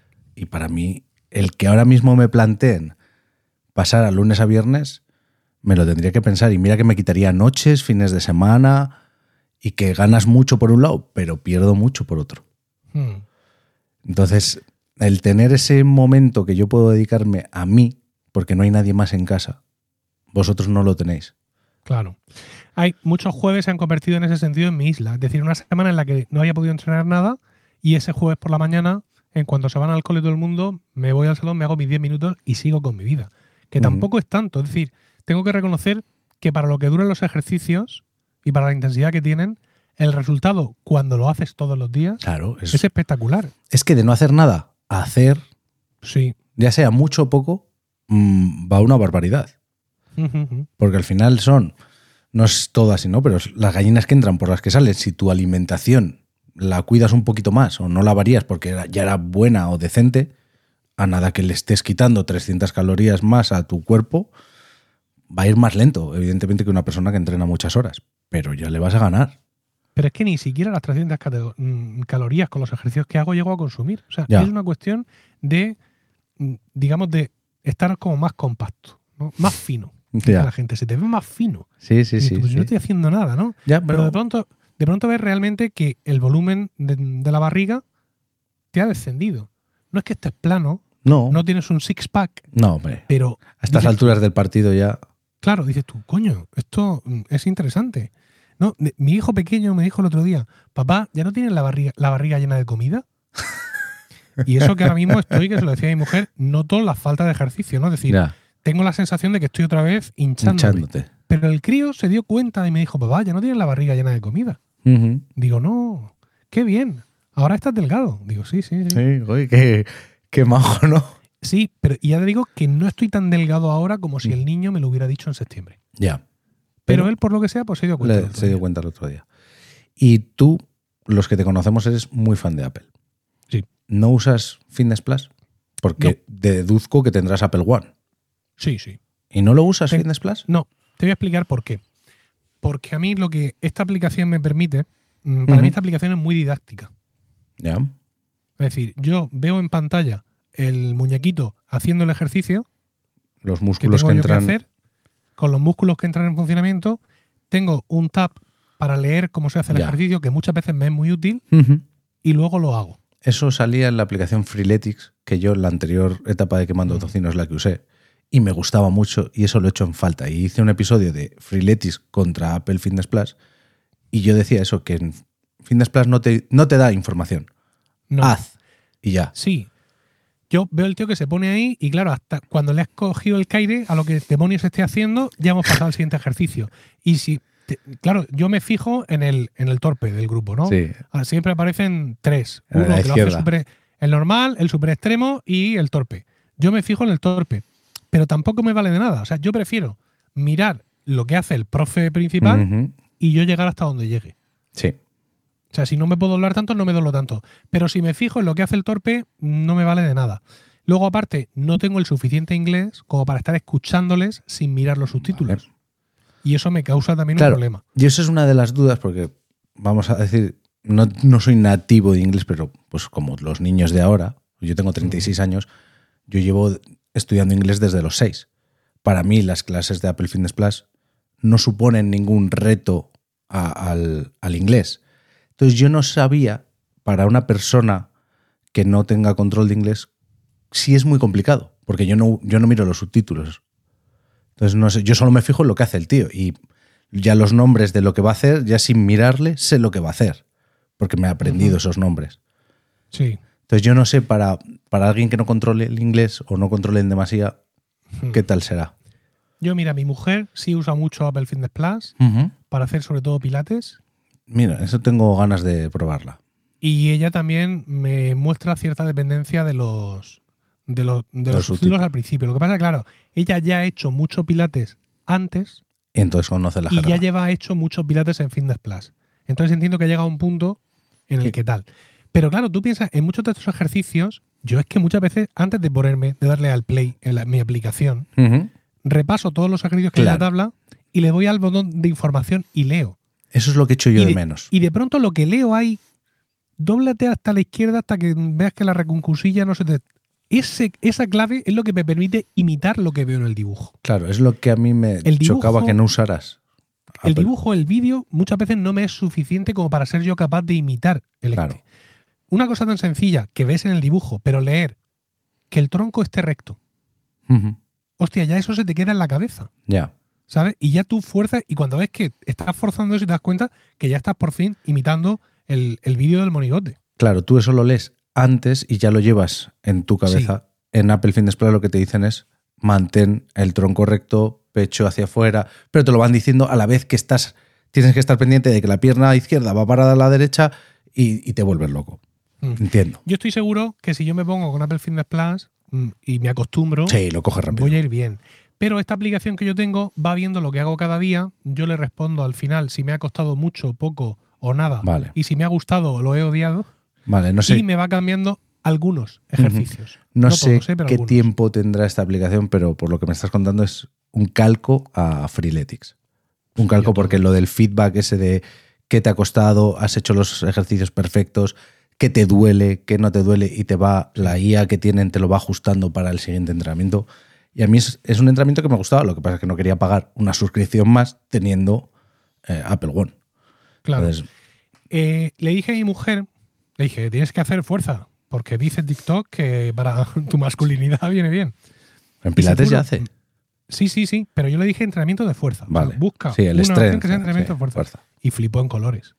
Y para mí, el que ahora mismo me planteen pasar a lunes a viernes, me lo tendría que pensar. Y mira que me quitaría noches, fines de semana, y que ganas mucho por un lado, pero pierdo mucho por otro. Hmm. Entonces, el tener ese momento que yo puedo dedicarme a mí, porque no hay nadie más en casa, vosotros no lo tenéis. Claro. Hay muchos jueves se han convertido en ese sentido en mi isla. Es decir, una semana en la que no había podido entrenar nada y ese jueves por la mañana, en cuanto se van al cole todo el mundo, me voy al salón, me hago mis diez minutos y sigo con mi vida. Que uh-huh. tampoco es tanto. Es decir, tengo que reconocer que para lo que duran los ejercicios y para la intensidad que tienen, el resultado cuando lo haces todos los días claro, es, es espectacular. Es que de no hacer nada a hacer, sí. ya sea mucho o poco, mmm, va una barbaridad. Uh-huh. Porque al final son... No es todo así, ¿no? Pero las gallinas que entran por las que salen, si tu alimentación la cuidas un poquito más o no la varías porque ya era buena o decente, a nada que le estés quitando trescientas calorías más a tu cuerpo, va a ir más lento, evidentemente, que una persona que entrena muchas horas. Pero ya le vas a ganar. Pero es que ni siquiera las trescientas calorías con los ejercicios que hago llego a consumir. O sea, ya. es una cuestión de, digamos, de estar como más compacto, ¿no? Más fino. Ya. La gente se te ve más fino. Sí, sí, y sí. tú, pues sí. yo no estoy haciendo nada, ¿no? Ya, pero... pero de pronto, de pronto ves realmente que el volumen de, de la barriga te ha descendido. No es que estés plano, no, no tienes un six-pack. No, hombre. Pero a estas alturas tú, del partido ya... Claro, dices tú, coño, esto es interesante. No, mi hijo pequeño me dijo el otro día, papá, ¿ya no tienes la barriga, la barriga llena de comida? Y eso que ahora mismo estoy, que se lo decía a mi mujer, noto la falta de ejercicio, ¿no? Es decir... Ya. Tengo la sensación de que estoy otra vez hinchándome. hinchándote. Pero el crío se dio cuenta y me dijo, papá, ya no tienes la barriga llena de comida. Uh-huh. Digo, no, qué bien. Ahora estás delgado. Digo, sí, sí, sí. Sí, oye, qué, qué majo, ¿no? Sí, pero ya te digo que no estoy tan delgado ahora como si el niño me lo hubiera dicho en septiembre. Ya. Pero, pero él, por lo que sea, pues se dio cuenta. Le, se dio cuenta el otro día. Y tú, los que te conocemos, eres muy fan de Apple. Sí. ¿No usas Fitness Plus? Porque no. deduzco que tendrás Apple One. Sí, sí. ¿Y no lo usas sí. Fitness Plus? No, te voy a explicar por qué. Porque a mí lo que esta aplicación me permite, para uh-huh. mí esta aplicación es muy didáctica. Ya. Es decir, yo veo en pantalla el muñequito haciendo el ejercicio, los músculos que, que tengo entran... yo que hacer, con los músculos que entran en funcionamiento, tengo un tab para leer cómo se hace el Ya. ejercicio, que muchas veces me es muy útil, Uh-huh. y luego lo hago. Eso salía en la aplicación Freeletics, que yo en la anterior etapa de Quemando Mm. Tocino es la que usé, y me gustaba mucho, y eso lo he hecho en falta. Y hice un episodio de Freeletics contra Apple Fitness Plus, y yo decía eso, que en Fitness Plus no te, no te da información. No. Haz, y ya. Sí. Yo veo el tío que se pone ahí y claro, hasta cuando le has cogido el caire a lo que demonios esté haciendo, ya hemos pasado al siguiente ejercicio. Y si, te- claro, yo me fijo en el, en el torpe del grupo, ¿no? Sí. Ahora, siempre aparecen tres. En Uno la que lo hace izquierda. super, el normal, el super extremo y el torpe. Yo me fijo en el torpe, pero tampoco me vale de nada. O sea, yo prefiero mirar lo que hace el profe principal Ujú. y yo llegar hasta donde llegue. Sí. O sea, si no me puedo doblar tanto, no me doblo tanto. Pero si me fijo en lo que hace el torpe, no me vale de nada. Luego, aparte, no tengo el suficiente inglés como para estar escuchándoles sin mirar los subtítulos. Vale. Y eso me causa también Claro, un problema. y eso es una de las dudas, porque vamos a decir, no, no soy nativo de inglés, pero pues como los niños de ahora, yo tengo treinta y seis años, yo llevo estudiando inglés desde los seis. Para mí las clases de Apple Fitness Plus no suponen ningún reto a- al, al inglés. Entonces yo no sabía, para una persona que no tenga control de inglés, si es muy complicado, porque yo no, yo no miro los subtítulos. Entonces no sé, yo solo me fijo en lo que hace el tío y ya los nombres de lo que va a hacer, ya sin mirarle, sé lo que va a hacer, porque me he aprendido Ujú. esos nombres. Sí. Entonces yo no sé, para, para alguien que no controle el inglés o no controle en demasía, ¿qué tal será? Yo, mira, mi mujer sí usa mucho Apple Fitness Plus Ujú. para hacer sobre todo pilates. Mira, eso tengo ganas de probarla. Y ella también me muestra cierta dependencia de los de los, de los Los subtítulos subtítulos. al principio. Lo que pasa, claro, ella ya ha hecho mucho pilates antes Y entonces conoce la y jerga. ya lleva hecho muchos pilates en Fitness Plus. Entonces entiendo que ha llegado a un punto en el Sí. que tal. Pero claro, tú piensas, en muchos de estos ejercicios, yo es que muchas veces, antes de ponerme, de darle al play en la- mi aplicación, Ujú. repaso todos los ejercicios que hay en la Claro. tabla y le voy al botón de información y leo. Eso es lo que echo yo y de, de, menos. Y de pronto lo que leo ahí, dóblate hasta la izquierda hasta que veas que la reconcursilla no se te... Ese, esa clave es lo que me permite imitar lo que veo en el dibujo. Claro, es lo que a mí me El chocaba dibujo- que no usaras. El Apple. dibujo, el vídeo, muchas veces no me es suficiente como para ser yo capaz de imitar el Claro. este. Una cosa tan sencilla que ves en el dibujo, pero leer que el tronco esté recto. Ujú. Hostia, ya eso se te queda en la cabeza, Ya. ¿sabes? Y ya tú fuerzas, y cuando ves que estás forzando eso y te das cuenta que ya estás por fin imitando el, el vídeo del monigote. Claro, tú eso lo lees antes y ya lo llevas en tu cabeza. En Apple Fitness Plus lo que te dicen es mantén el tronco recto, pecho hacia afuera, pero te lo van diciendo a la vez que estás, tienes que estar pendiente de que la pierna izquierda va parada a la derecha y, y te vuelves loco. Mm. Entiendo. Yo estoy seguro que si yo me pongo con Apple Fitness Plus mm, y me acostumbro, Sí, lo coges rápido. voy a ir bien. Pero esta aplicación que yo tengo va viendo lo que hago cada día. Yo le respondo al final si me ha costado mucho, poco o nada. Vale. Y si me ha gustado o lo he odiado. Vale, no sé. Y me va cambiando algunos ejercicios. No, No sé todos, ¿eh? Pero qué algunos. tiempo tendrá esta aplicación, pero por lo que me estás contando es un calco a Freeletics. Un calco Yo porque todo. lo del feedback ese de qué te ha costado, has hecho los ejercicios perfectos, qué te duele, qué no te duele, y te va, la I A que tienen te lo va ajustando para el siguiente entrenamiento. Y a mí es, es un entrenamiento que me gustaba, lo que pasa es que no quería pagar una suscripción más teniendo eh, Apple One. Claro. Entonces, Eh, le dije a mi mujer, le dije, tienes que hacer fuerza, porque dice TikTok que para tu masculinidad viene bien. en Y Pilates ya seguro- hace. Sí, sí, sí, pero yo le dije entrenamiento de fuerza. O sea, Vale. busca Sí, el una estrés. opción que sea entrenamiento Sí, de fuerza. Y flipó en colores.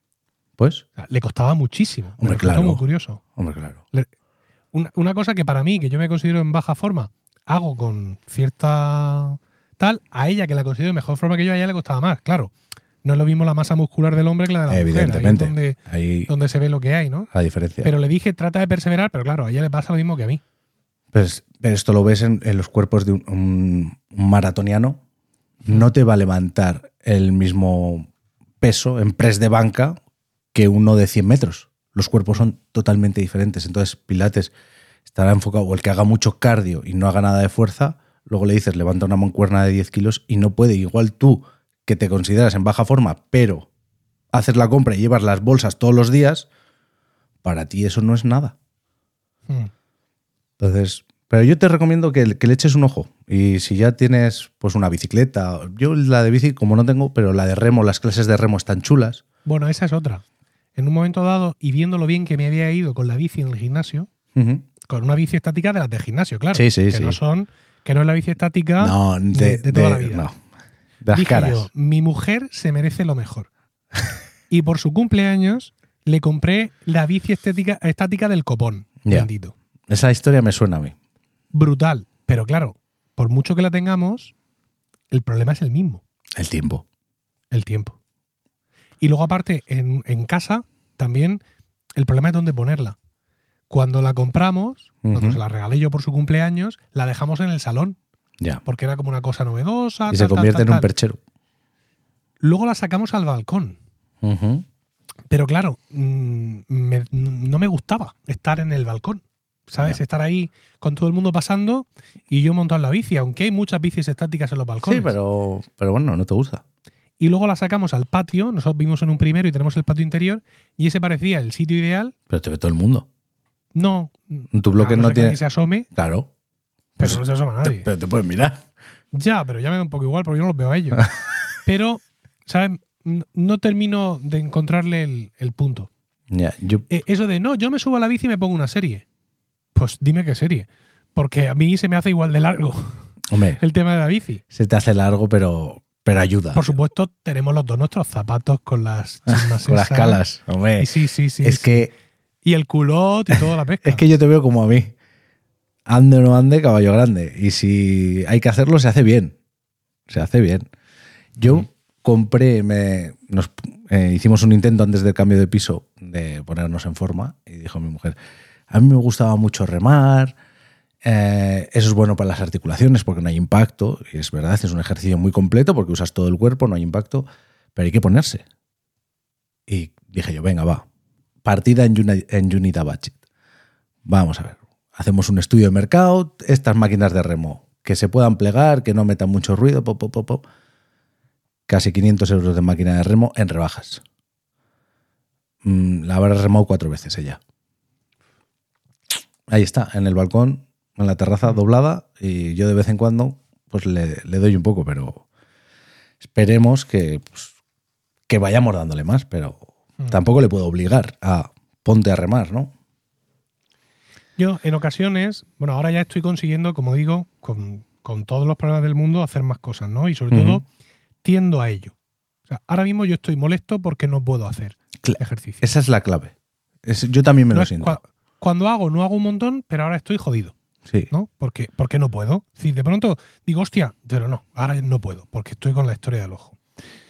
Pues, O sea, le costaba muchísimo. Me Hombre, resultó claro. muy curioso. hombre, claro. Le- Una, una cosa que para mí, que yo me considero en baja forma, hago con cierta tal, a ella que la considero de mejor forma que yo, a ella le costaba más. Claro, no es lo mismo la masa muscular del hombre que la de la Evidentemente. mujer. Ahí es donde, Ahí donde se ve lo que hay, ¿no? la diferencia. Pero le dije, trata de perseverar, pero claro, a ella le pasa lo mismo que a mí. Pues, pero esto lo ves en, en los cuerpos de un, un- un maratoniano. No te va a levantar el mismo peso en press de banca que uno de cien metros. Los cuerpos son totalmente diferentes. Entonces, Pilates estará enfocado, o el que haga mucho cardio y no haga nada de fuerza, luego le dices, levanta una mancuerna de diez kilos y no puede. Igual tú, que te consideras en baja forma, pero haces la compra y llevas las bolsas todos los días, para ti eso no es nada. Hmm. Entonces, Pero yo te recomiendo que, que le eches un ojo. Y si ya tienes pues una bicicleta, yo la de bici como no tengo, pero la de remo, las clases de remo están chulas. Bueno, esa es otra. En un momento dado, y viendo lo bien que me había ido con la bici en el gimnasio, uh-huh. con una bici estática de las de gimnasio, claro. Sí, sí, que sí. no son, que no es la bici estática no, de, de, de toda de, la vida. No, de las Dije caras. yo, mi mujer se merece lo mejor. Y por su cumpleaños le compré la bici estética, estática del copón. Yeah. Bendito. Esa historia me suena a mí. Brutal. Pero claro, por mucho que la tengamos, el problema es el mismo. El tiempo. El tiempo. Y luego aparte, en, en casa, también el problema es dónde ponerla. Cuando la compramos, uh-huh. cuando se la regalé yo por su cumpleaños, la dejamos en el salón. Ya. Yeah. Porque era como una cosa novedosa. Y tal, se convierte tal, en tal, un perchero. Luego la sacamos al balcón. Uh-huh. Pero claro, mmm, me, no me gustaba estar en el balcón. ¿Sabes? Yeah. Estar ahí con todo el mundo pasando y yo montado en la bici, aunque hay muchas bicis estáticas en los balcones. Sí, pero, pero bueno, no te gusta. Y luego la sacamos al patio, nosotros vimos en un primero y tenemos el patio interior, y ese parecía el sitio ideal. Pero te ve todo el mundo. No. En tu bloque no, no sé tiene. Que se asome. Claro. Pero pues, no se asoma nadie. Te, pero te puedes mirar. Ya, pero ya me da un poco igual porque yo no los veo a ellos. Pero, ¿sabes? No termino de encontrarle el, el punto. Yeah, yo... eh, eso de, no, yo me subo a la bici y me pongo una serie. Pues dime qué serie. Porque a mí se me hace igual de largo. Hombre, el tema de la bici. Se te hace largo, pero, pero ayuda. Por supuesto, tenemos los dos nuestros zapatos con las chismas con las calas. Hombre. Y sí, sí, sí. Es sí. que... Y el culot y toda la pesca. Es que yo te veo como a mí. Ande o no ande, caballo grande. Y si hay que hacerlo, se hace bien. Se hace bien. Yo mm. compré, me, nos, eh, hicimos un intento antes del cambio de piso de ponernos en forma y dijo mi mujer, a mí me gustaba mucho remar, eh, eso es bueno para las articulaciones porque no hay impacto, y es verdad, es un ejercicio muy completo porque usas todo el cuerpo, no hay impacto, pero hay que ponerse. Y dije yo, venga, va, partida en, Uni, en Unita Budget. Vamos a ver, hacemos un estudio de mercado, estas máquinas de remo, que se puedan plegar, que no metan mucho ruido, pop, pop, pop, pop. Casi quinientos euros de máquina de remo en rebajas. Mm, la habrá remado cuatro veces ella. Ahí está, en el balcón, en la terraza doblada, y yo de vez en cuando pues le, le doy un poco, pero esperemos que, pues, que vayamos dándole más, pero mm. tampoco le puedo obligar a ponte a remar, ¿no? Yo en ocasiones, bueno, ahora ya estoy consiguiendo, como digo, con, con todos los problemas del mundo, hacer más cosas, ¿no? Y sobre uh-huh. todo tiendo a ello. O sea, ahora mismo yo estoy molesto porque no puedo hacer Cla- ejercicio. Esa es la clave. Es, yo también me no lo siento. Cu- Cuando hago, no hago un montón, pero ahora estoy jodido. Sí. ¿No? Porque, porque no puedo. Si de pronto digo, hostia, pero no, ahora no puedo, porque estoy con la historia del ojo.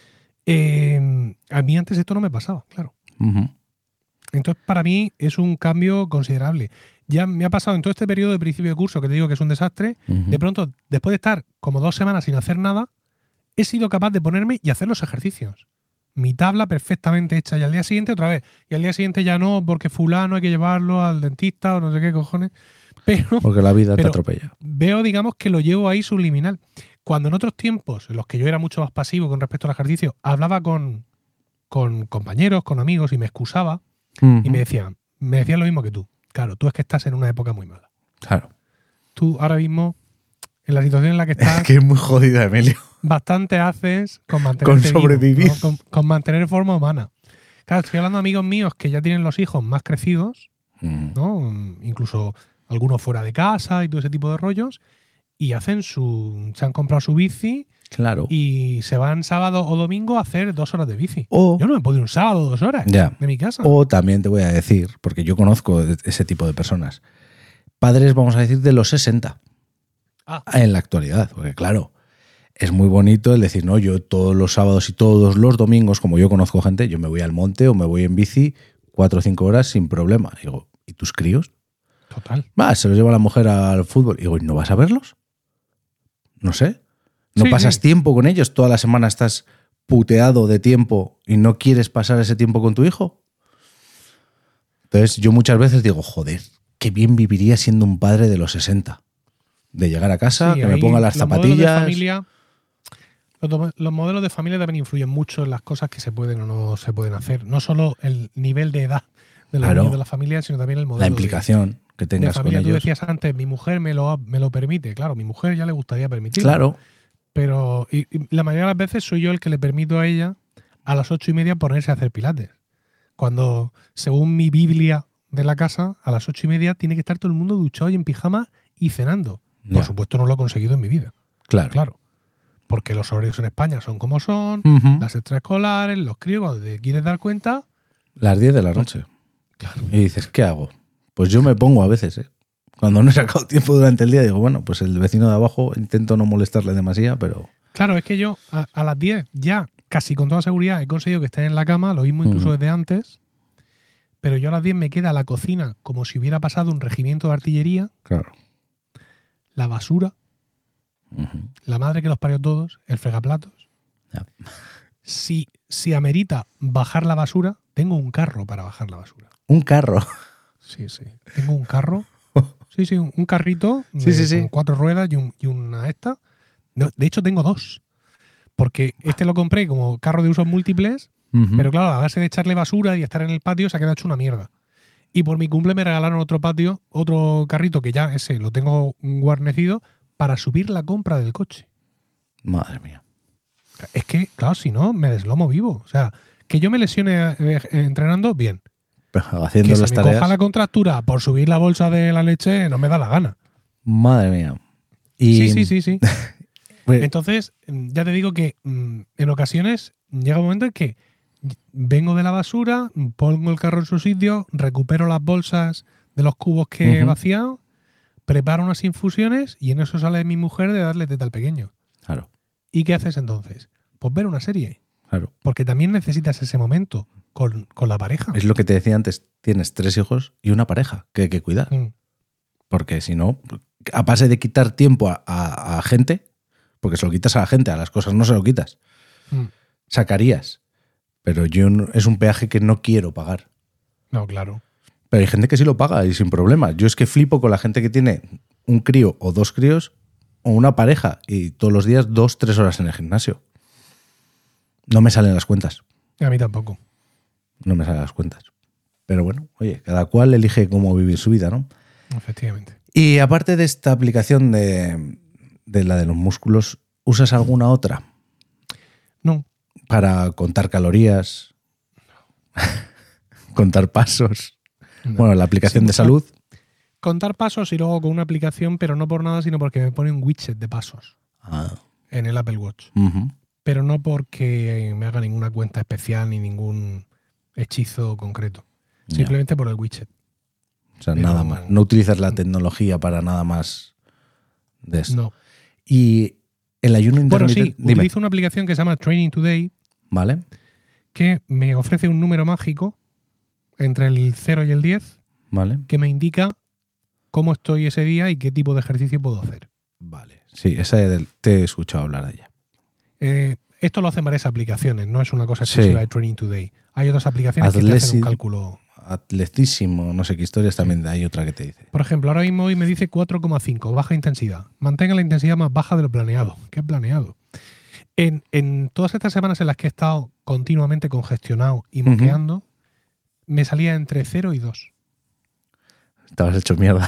Eh, a mí antes esto no me pasaba, claro. Uh-huh. Entonces, para mí es un cambio considerable. Ya me ha pasado en todo este periodo de principio de curso, que te digo que es un desastre, uh-huh. de pronto, después de estar como dos semanas sin hacer nada, he sido capaz de ponerme y hacer los ejercicios. Mi tabla perfectamente hecha y al día siguiente otra vez. Y al día siguiente ya no, porque fulano hay que llevarlo al dentista o no sé qué cojones. Pero, porque la vida pero te atropella. Veo, digamos, que lo llevo ahí subliminal. Cuando en otros tiempos, en los que yo era mucho más pasivo con respecto al ejercicio, hablaba con, con compañeros, con amigos y me excusaba uh-huh. y me decían, me decían lo mismo que tú. Claro, tú es que estás en una época muy mala. Claro. Tú ahora mismo, en la situación en la que estás... Es que es muy jodida, Emilio. Bastante haces con mantener con sobrevivir. Vivo, ¿no? con, con mantener forma humana. Claro, estoy hablando de amigos míos que ya tienen los hijos más crecidos, mm. ¿no? Incluso algunos fuera de casa y todo ese tipo de rollos, y hacen su, se han comprado su bici, claro. y se van sábado o domingo a hacer dos horas de bici. O, yo no me puedo ir un sábado dos horas ya. de mi casa. O también te voy a decir, porque yo conozco ese tipo de personas, padres, vamos a decir, de los sesenta ah. en la actualidad, porque claro, es muy bonito el decir, no, yo todos los sábados y todos los domingos, como yo conozco gente, yo me voy al monte o me voy en bici cuatro o cinco horas sin problema. Y digo, ¿y tus críos? Total. Va, se los lleva la mujer al fútbol. Y digo, ¿y no vas a verlos? No sé. ¿No sí, pasas sí. tiempo con ellos? ¿Toda la semana estás puteado de tiempo y no quieres pasar ese tiempo con tu hijo? Entonces yo muchas veces digo, joder, qué bien viviría siendo un padre de los sesenta. De llegar a casa, sí, que me ponga las los zapatillas. Modelos de familia, los, los modelos de familia también influyen mucho en las cosas que se pueden o no se pueden hacer. No solo el nivel de edad de los claro. niños de la familia, sino también el modelo. La implicación, de, que tengas de familia, con tú ellos. decías antes, mi mujer me lo, me lo permite. Claro, mi mujer ya le gustaría permitirlo. Claro. Pero y, y la mayoría de las veces soy yo el que le permito a ella a las ocho y media ponerse a hacer pilates. Cuando, según mi Biblia de la casa, a las ocho y media tiene que estar todo el mundo duchado y en pijama y cenando. Ya. Por supuesto no lo he conseguido en mi vida. Claro. Claro. Porque los horarios en España son como son, Uh-huh. las extraescolares, los críos, cuando te quieres dar cuenta... Las diez de la noche. Claro. Y dices, ¿qué hago? Pues yo me pongo a veces, ¿eh? Cuando no he sacado tiempo durante el día, digo, bueno, pues el vecino de abajo intento no molestarle demasiado, pero... Claro, es que yo a, a las diez ya casi con toda seguridad he conseguido que estén en la cama, lo mismo incluso uh-huh. desde antes, pero yo a las diez me queda la cocina como si hubiera pasado un regimiento de artillería, claro. la basura, uh-huh. la madre que los parió todos, el fregaplatos. Yeah. Si, si amerita bajar la basura, tengo un carro para bajar la basura. ¿Un carro? Sí, sí. Tengo un carro. Sí, sí, un, un carrito sí, de, sí, sí. con cuatro ruedas y, un, y una esta. No, de hecho, tengo dos. Porque este lo compré como carro de usos múltiples, uh-huh. pero claro, a base de echarle basura y estar en el patio se ha quedado hecho una mierda. Y por mi cumple me regalaron otro patio, otro carrito que ya ese lo tengo guarnecido para subir la compra del coche. Madre mía. Es que, claro, si no, me deslomo vivo. O sea, que yo me lesione eh, entrenando, bien. Pero haciendo que las se me tareas. coja la contractura por subir la bolsa de la leche, no me da la gana. Madre mía. Y... Sí, sí, sí, sí. Entonces, ya te digo que en ocasiones llega un momento en que vengo de la basura, pongo el carro en su sitio, recupero las bolsas de los cubos que uh-huh. he vaciado, preparo unas infusiones y en eso sale mi mujer de darle teta al pequeño. Claro. ¿Y qué haces entonces? Pues ver una serie. Claro. Porque también necesitas ese momento con, con la pareja. Es lo que te decía antes, tienes tres hijos y una pareja que hay que cuidar. Mm. Porque si no, a base de quitar tiempo a, a, a gente, porque se lo quitas a la gente, a las cosas no se lo quitas, mm. sacarías. Pero yo no, es un peaje que no quiero pagar. No, claro. Pero hay gente que sí lo paga y sin problema. Yo es que flipo con la gente que tiene un crío o dos críos o una pareja y todos los días dos, tres horas en el gimnasio. No me salen las cuentas. A mí tampoco. No me salen las cuentas. Pero bueno, oye, cada cual elige cómo vivir su vida, ¿no? Efectivamente. Y aparte de esta aplicación de, de la de los músculos, ¿usas alguna otra? No. Para contar calorías, no. contar pasos. No. Bueno, la aplicación sí, de salud. Contar pasos y luego con una aplicación, pero no por nada, sino porque me pone un widget de pasos ah. en el Apple Watch. Uh-huh. Pero no porque me haga ninguna cuenta especial ni ningún hechizo concreto. Yeah. Simplemente por el widget. O sea, pero nada más. No utilizas la tecnología para nada más de eso. No. Y el ayuno intermitente... Bueno, sí, utilizo una aplicación que se llama Training Today. Vale. Que me ofrece un número mágico entre el cero y el diez. Vale. Que me indica cómo estoy ese día y qué tipo de ejercicio puedo hacer. Vale. Sí, esa te he escuchado hablar de ella. Eh, esto lo hacen varias aplicaciones, no es una cosa exclusiva sí. de Training Today. Hay otras aplicaciones Atleti- que te hacen un cálculo. Atletísimo, no sé qué historias también hay otra que te dice. Por ejemplo, ahora mismo hoy me dice cuatro coma cinco, baja intensidad. Mantenga la intensidad más baja de lo planeado. ¿Qué planeado? En, en todas estas semanas en las que he estado continuamente congestionado y moqueando, uh-huh. me salía entre cero y dos. Estabas hecho mierda.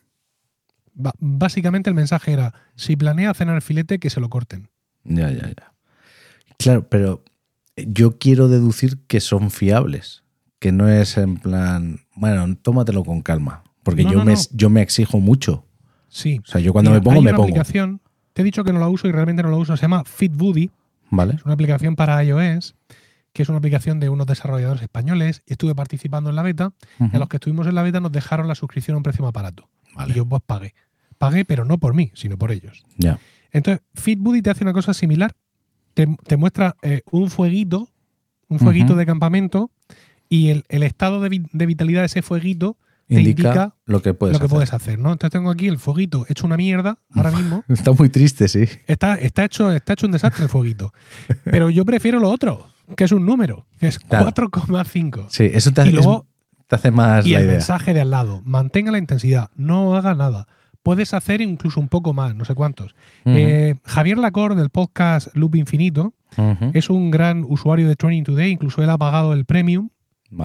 Ba- básicamente el mensaje era, si planea cenar filete, que se lo corten. Ya, ya, ya. Claro, pero yo quiero deducir que son fiables. Que no es en plan, bueno, tómatelo con calma. Porque no, yo, no, me, no. yo me exijo mucho. Sí. O sea, yo cuando Mira, me pongo, hay me una pongo. Aplicación, te he dicho que no la uso y realmente no la uso. Se llama FitBuddy. Vale. Es una aplicación para iOS, que es una aplicación de unos desarrolladores españoles. Y estuve participando en la beta. Uh-huh. Y a los que estuvimos en la beta nos dejaron la suscripción a un precio más barato. Vale. Y yo pues pagué. Pagué, pero no por mí, sino por ellos. Ya. Entonces, FitBuddy te hace una cosa similar. Te, te muestra eh, un fueguito, un fueguito uh-huh. de campamento, y el, el estado de, vi, de vitalidad de ese fueguito te indica, indica lo que puedes lo que hacer. puedes hacer, ¿no? Entonces tengo aquí el fueguito hecho una mierda ahora mismo. Está muy triste, sí. Está, está, hecho, está hecho un desastre el fueguito. Pero yo prefiero lo otro, que es un número, que es claro. cuatro coma cinco. Sí, eso te hace, y luego, es, te hace más y la el idea. mensaje de al lado, mantenga la intensidad, no haga nada. Puedes hacer incluso un poco más, no sé cuántos. Uh-huh. Eh, Javier Lacor, del podcast Loop Infinito, uh-huh. es un gran usuario de Training Today, incluso él ha pagado el premium. Vale.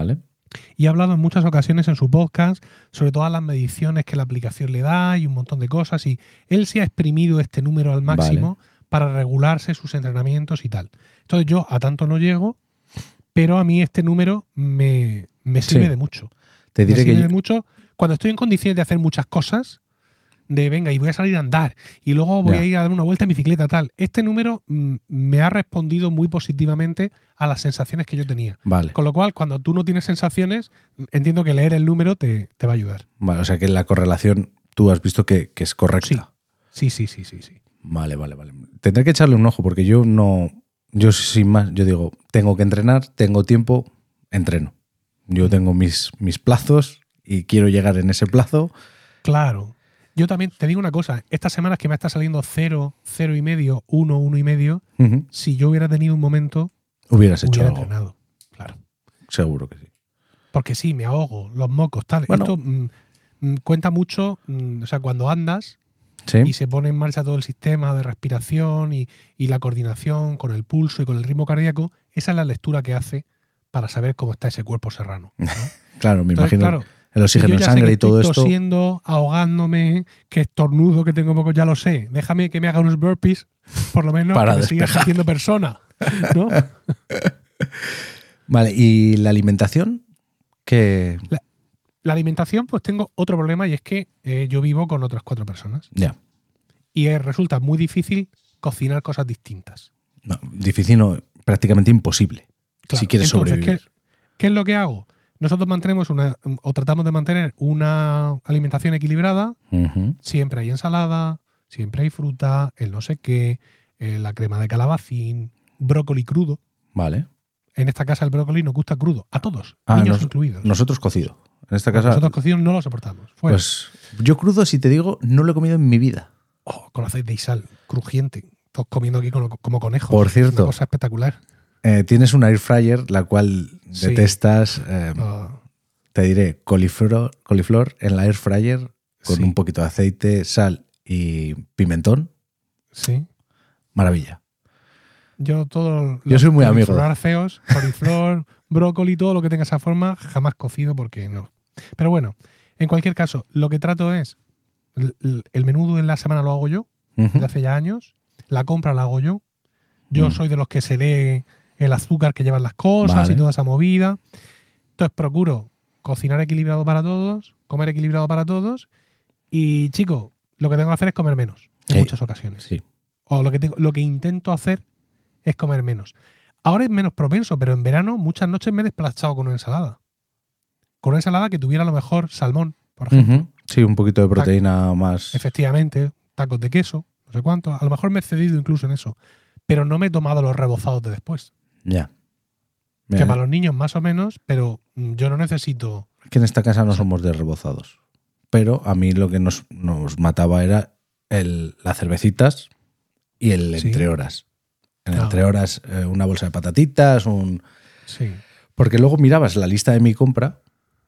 Y ha hablado en muchas ocasiones en su podcast sobre todas las mediciones que la aplicación le da y un montón de cosas. Y él se ha exprimido este número al máximo vale. para regularse sus entrenamientos y tal. Entonces yo a tanto no llego, pero a mí este número me, me sirve sí. de mucho. Te diré me sirve que de yo... mucho cuando estoy en condiciones de hacer muchas cosas, de venga, y voy a salir a andar, y luego voy ya. a ir a dar una vuelta en bicicleta, tal. Este número mm, me ha respondido muy positivamente a las sensaciones que yo tenía. Vale. Con lo cual, cuando tú no tienes sensaciones, entiendo que leer el número te, te va a ayudar. Vale, o sea que la correlación tú has visto que, que es correcta. Sí. sí, sí, sí, sí, sí. Vale, vale, vale. Tendré que echarle un ojo porque yo no, yo sin más, yo digo, tengo que entrenar, tengo tiempo, entreno. Yo tengo mis, mis plazos y quiero llegar en ese plazo. Claro. Yo también te digo una cosa, estas semanas que me está saliendo cero, cero y medio, uno, uno y medio, uh-huh. si yo hubiera tenido un momento, hubieras hecho hubiera algo. entrenado. Claro. Seguro que sí. Porque sí, me ahogo, los mocos, tal. Bueno. Esto mm, cuenta mucho, mm, o sea, cuando andas ¿sí? y se pone en marcha todo el sistema de respiración y, y la coordinación con el pulso y con el ritmo cardíaco, esa es la lectura que hace para saber cómo está ese cuerpo serrano, ¿no? Claro, me Entonces, imagino. Claro, el oxígeno en sangre y todo esto. Tosiendo, ahogándome, que estornudo, que tengo poco, ya lo sé. Déjame que me haga unos burpees, por lo menos para que me siga sintiendo persona, ¿no? Vale, ¿y la alimentación? ¿Qué? La, la alimentación, pues tengo otro problema y es que eh, yo vivo con otras cuatro personas. Ya. Y eh, resulta muy difícil cocinar cosas distintas. No, difícil no, prácticamente imposible. Claro. Si quieres Entonces, sobrevivir. ¿qué, ¿qué es lo que hago? Nosotros mantenemos una, o tratamos de mantener una alimentación equilibrada. Uh-huh. Siempre hay ensalada, siempre hay fruta, el no sé qué, eh, la crema de calabacín, brócoli crudo. Vale. En esta casa el brócoli nos gusta crudo, a todos, ah, niños nos, incluidos. Nosotros cocido. En esta casa. Nosotros cocido no lo soportamos. Fuera. Pues yo crudo, si te digo, no lo he comido en mi vida. Oh, con aceite y sal, crujiente. Todos comiendo aquí como, como conejos. Por cierto. Una cosa espectacular. Eh, tienes una air fryer, la cual sí. detestas. Eh, oh. Te diré, coliflor, coliflor en la air fryer con sí. un poquito de aceite, sal y pimentón. Sí. Maravilla. Yo todo. Yo soy muy amigo. Feos, coliflor, brócoli, todo lo que tenga esa forma, jamás cocido porque no. Pero bueno, en cualquier caso, lo que trato es. El, el menú en la semana lo hago yo, uh-huh. desde hace ya años. La compra la hago yo. Yo uh-huh. soy de los que se lee el azúcar que llevan las cosas vale. y toda esa movida. Entonces procuro cocinar equilibrado para todos, comer equilibrado para todos y, chico, lo que tengo que hacer es comer menos en sí, muchas ocasiones. Sí. O lo que, tengo, lo que intento hacer es comer menos. Ahora es menos propenso, pero en verano muchas noches me he desplazado con una ensalada. Con una ensalada que tuviera a lo mejor salmón, por ejemplo. Uh-huh. Sí, un poquito de proteína Tac- más. Efectivamente, tacos de queso, no sé cuánto. A lo mejor me he cedido incluso en eso. Pero no me he tomado los rebozados de después. Ya. Que para los niños más o menos, pero yo no necesito... Es que en esta casa no somos de rebozados. Pero a mí lo que nos, nos mataba era el, las cervecitas y el ¿Sí? entre horas. En el ah. entre horas eh, una bolsa de patatitas, un... Sí. Porque luego mirabas la lista de mi compra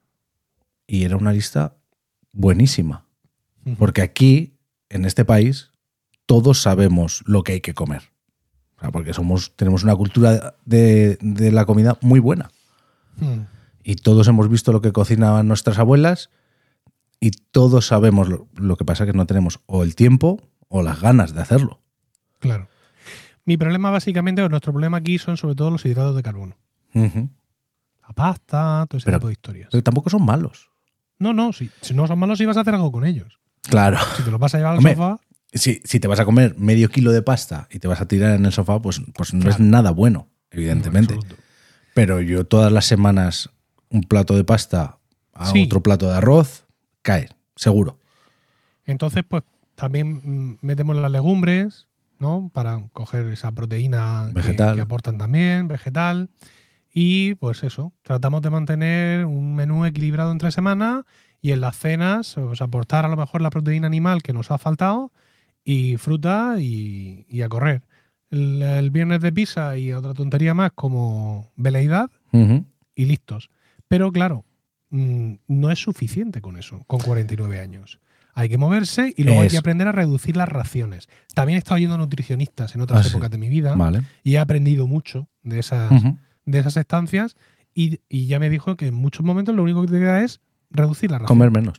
y era una lista buenísima. Uh-huh. Porque aquí, en este país, todos sabemos lo que hay que comer. O sea, porque somos, tenemos una cultura de, de la comida muy buena. Hmm. Y todos hemos visto lo que cocinaban nuestras abuelas y todos sabemos lo, lo que pasa que no tenemos o el tiempo o las ganas de hacerlo. Claro. Mi problema básicamente, o nuestro problema aquí son sobre todo los hidratos de carbono. Uh-huh. La pasta, todo ese pero, tipo de historias. Pero tampoco son malos. No, no, si, si no son malos, si vas a hacer algo con ellos. Claro. Si te los vas a llevar al Hombre, sofá... Si, si te vas a comer medio kilo de pasta y te vas a tirar en el sofá, pues, pues no claro. es nada bueno, evidentemente. No, pero yo todas las semanas un plato de pasta a sí. otro plato de arroz, cae, seguro. Entonces, pues también metemos las legumbres, ¿no? Para coger esa proteína vegetal. Que, que aportan también, vegetal. Y pues eso, tratamos de mantener un menú equilibrado entre semana y en las cenas, pues, aportar a lo mejor la proteína animal que nos ha faltado y fruta y, y a correr. El, el viernes de pizza y otra tontería más como veleidad uh-huh. y listos. Pero claro, mmm, no es suficiente con eso, con cuarenta y nueve años. Hay que moverse y luego es. hay que aprender a reducir las raciones. También he estado yendo a nutricionistas en otras ah, épocas sí. de mi vida vale. y he aprendido mucho de esas, uh-huh. de esas estancias y, y ya me dijo que en muchos momentos lo único que te queda es reducir la ración. Comer menos.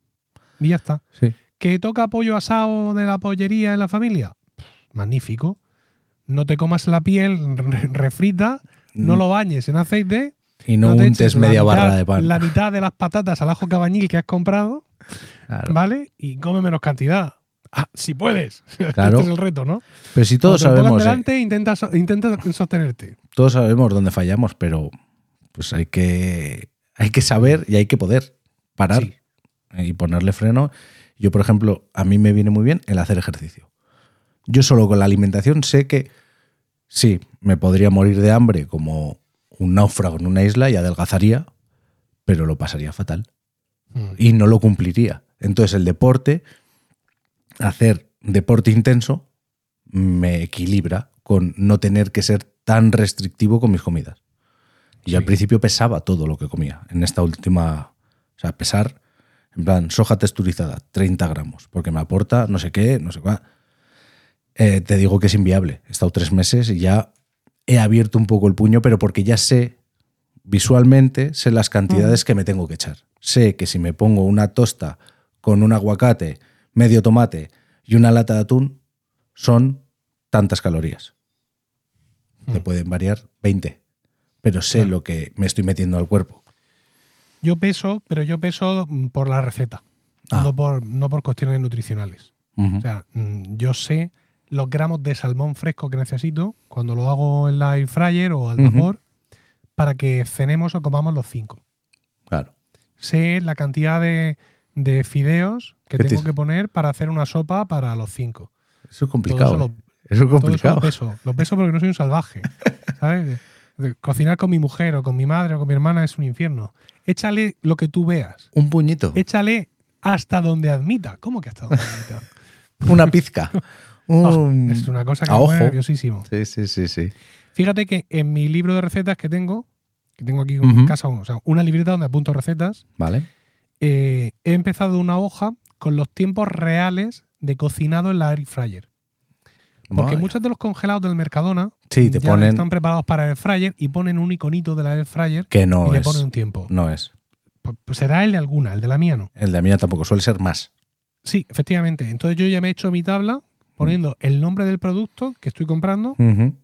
Y ya está. Sí. ¿Que toca pollo asado de la pollería en la familia? Magnífico. No te comas la piel refrita, no lo bañes en aceite. Y no, no untes media mitad, barra de pan. La mitad de las patatas al ajo cabañil que has comprado, claro. ¿Vale? Y come menos cantidad. Ah, si puedes. Claro. Este es el reto, ¿no? Pero si todos Cuando te sabemos. delante, eh, intenta, intenta sostenerte. Todos sabemos dónde fallamos, pero pues hay que, hay que saber y hay que poder parar sí. y ponerle freno. Yo, por ejemplo, a mí me viene muy bien el hacer ejercicio. Yo solo con la alimentación sé que sí, me podría morir de hambre como un náufrago en una isla y adelgazaría, pero lo pasaría fatal. Mm. Y no lo cumpliría. Entonces el deporte, hacer deporte intenso, me equilibra con no tener que ser tan restrictivo con mis comidas. Y sí. al principio pesaba todo lo que comía. En esta última, o sea, pesar, en plan, soja texturizada, treinta gramos, porque me aporta no sé qué, no sé cuál. Eh, te digo que es inviable. He estado tres meses y ya he abierto un poco el puño, pero porque ya sé, visualmente, sé las cantidades uh-huh. que me tengo que echar. Sé que si me pongo una tosta con un aguacate, medio tomate y una lata de atún, son tantas calorías. Uh-huh. Te pueden variar veinte, pero sé uh-huh. lo que me estoy metiendo al cuerpo. Yo peso, pero yo peso por la receta, ah. no, por, no por cuestiones nutricionales. Uh-huh. O sea, yo sé los gramos de salmón fresco que necesito cuando lo hago en la air fryer o al vapor uh-huh. para que cenemos o comamos los cinco. Claro. Sé la cantidad de, de fideos que tengo te... que poner para hacer una sopa para los cinco. Eso es complicado. Todo eso, lo, eso es complicado. Todo eso lo peso. Lo peso porque no soy un salvaje. ¿Sabes? Cocinar con mi mujer o con mi madre o con mi hermana es un infierno. Échale lo que tú veas. Un puñito. Échale hasta donde admita. ¿Cómo que hasta donde admita? Una pizca. Un... Oh, es una cosa que a me ojo. pone nerviosísimo. Sí, sí, sí, sí. Fíjate que en mi libro de recetas que tengo, que tengo aquí uh-huh. en casa, o sea, una libreta donde apunto recetas, vale. eh, he empezado una hoja con los tiempos reales de cocinado en la air fryer. Porque vale. muchos de los congelados del Mercadona sí, te ya ponen... están preparados para air fryer y ponen un iconito de la air fryer que no y es. le ponen un tiempo. No es. Pues, pues será el de alguna, el de la mía no. El de la mía tampoco, suele ser más. Sí, efectivamente. Entonces yo ya me he hecho mi tabla poniendo el nombre del producto que estoy comprando uh-huh.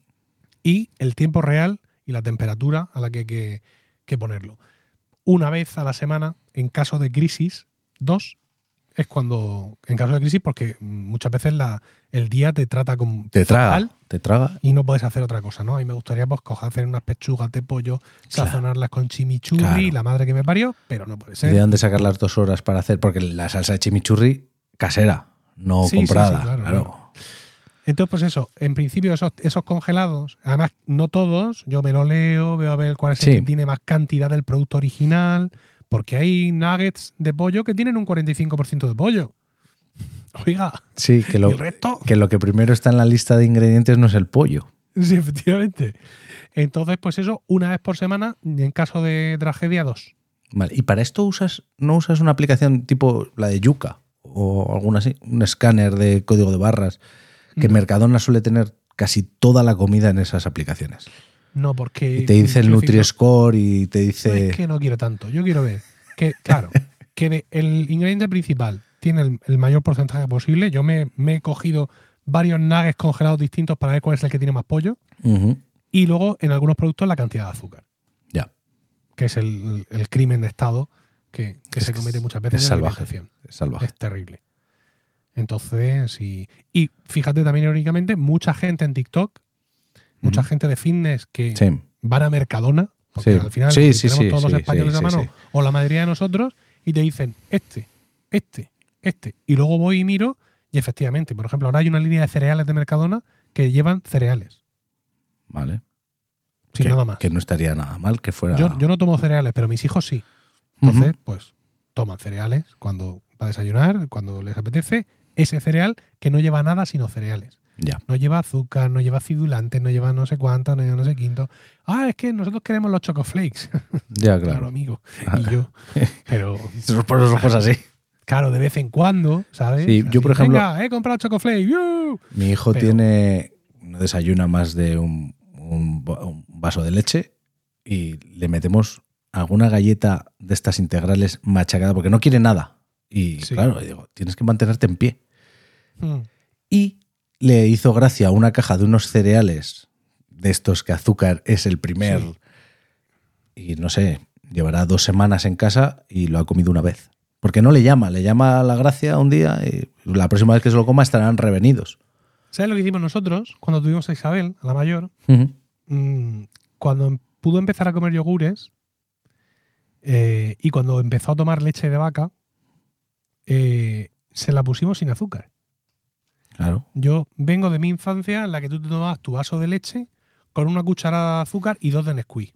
y el tiempo real y la temperatura a la que hay que, que ponerlo. Una vez a la semana, en caso de crisis, dos, es cuando, en caso de crisis, porque muchas veces la, el día te trata como te traga, te traga y no puedes hacer otra cosa, ¿no? A mí me gustaría pues coger, hacer unas pechugas de pollo, claro. sazonarlas con chimichurri, claro. la madre que me parió, pero no puede ser. ¿De dónde sacar las dos horas para hacer? Porque la salsa de chimichurri casera, no sí, comprada. Sí, sí, claro, claro. claro. Entonces, pues eso, en principio esos, esos congelados, además no todos, yo me lo leo, veo a ver cuál es el sí. que tiene más cantidad del producto original, porque hay nuggets de pollo que tienen un cuarenta y cinco por ciento de pollo. Oiga, sí, que lo, ¿y el resto? que lo que primero está en la lista de ingredientes no es el pollo. Sí, efectivamente. Entonces, pues eso, una vez por semana, y en caso de tragedia, dos. Vale, ¿y para esto usas no usas una aplicación tipo la de Yuka o alguna así? Un escáner de código de barras, que no. Mercadona suele tener casi toda la comida en esas aplicaciones. No, porque... Y te dice el Nutri-Score y te dice... No, es que no quiero tanto. Yo quiero ver que, claro, que el ingrediente principal tiene el, el mayor porcentaje posible. Yo me, me he cogido varios nuggets congelados distintos para ver cuál es el que tiene más pollo. Uh-huh. Y luego, en algunos productos, la cantidad de azúcar. Ya. Que es el, el crimen de Estado que, que se comete muchas veces es en salvaje, la alimentación. Es salvaje. Es terrible. Entonces, sí. Y fíjate también, irónicamente, mucha gente en TikTok, mucha uh-huh. gente de fitness que sí. van a Mercadona, porque sí. al final sí, sí, tenemos sí, todos sí, los españoles sí, a mano, sí. o la mayoría de nosotros, y te dicen este, este, este. Y luego voy y miro, y efectivamente, por ejemplo, ahora hay una línea de cereales de Mercadona que llevan cereales. Vale. Sin que, nada más. Que no estaría nada mal que fuera... Yo, yo no tomo cereales, pero mis hijos sí. Entonces, uh-huh. pues, toman cereales cuando para desayunar, cuando les apetece, ese cereal que no lleva nada sino cereales. Ya. No lleva azúcar, no lleva acidulantes, no lleva no sé cuánto, no lleva no sé quinto. Ah, es que nosotros queremos los chocoflakes. Ya, claro. Claro, amigo. Y yo. Pero. Por los ojos así. Claro, de vez en cuando, ¿sabes? Sí, yo, por ejemplo. Venga, he comprado chocoflakes. ¡Yuuu! Mi hijo pero, tiene. No desayuna más de un, un, un vaso de leche y le metemos alguna galleta de estas integrales machacada porque no quiere nada. Y sí. claro, digo, tienes que mantenerte en pie. Mm. Y le hizo gracia una caja de unos cereales de estos que azúcar es el primer... Sí. Y no sé, llevará dos semanas en casa y lo ha comido una vez. Porque no le llama, le llama a la gracia un día y la próxima vez que se lo coma estarán revenidos. ¿Sabes lo que hicimos nosotros cuando tuvimos a Isabel, a la mayor? Uh-huh. Mmm, cuando pudo empezar a comer yogures eh, y cuando empezó a tomar leche de vaca, eh, se la pusimos sin azúcar. Claro. Yo vengo de mi infancia en la que tú te tomabas tu vaso de leche con una cucharada de azúcar y dos de Nesquik.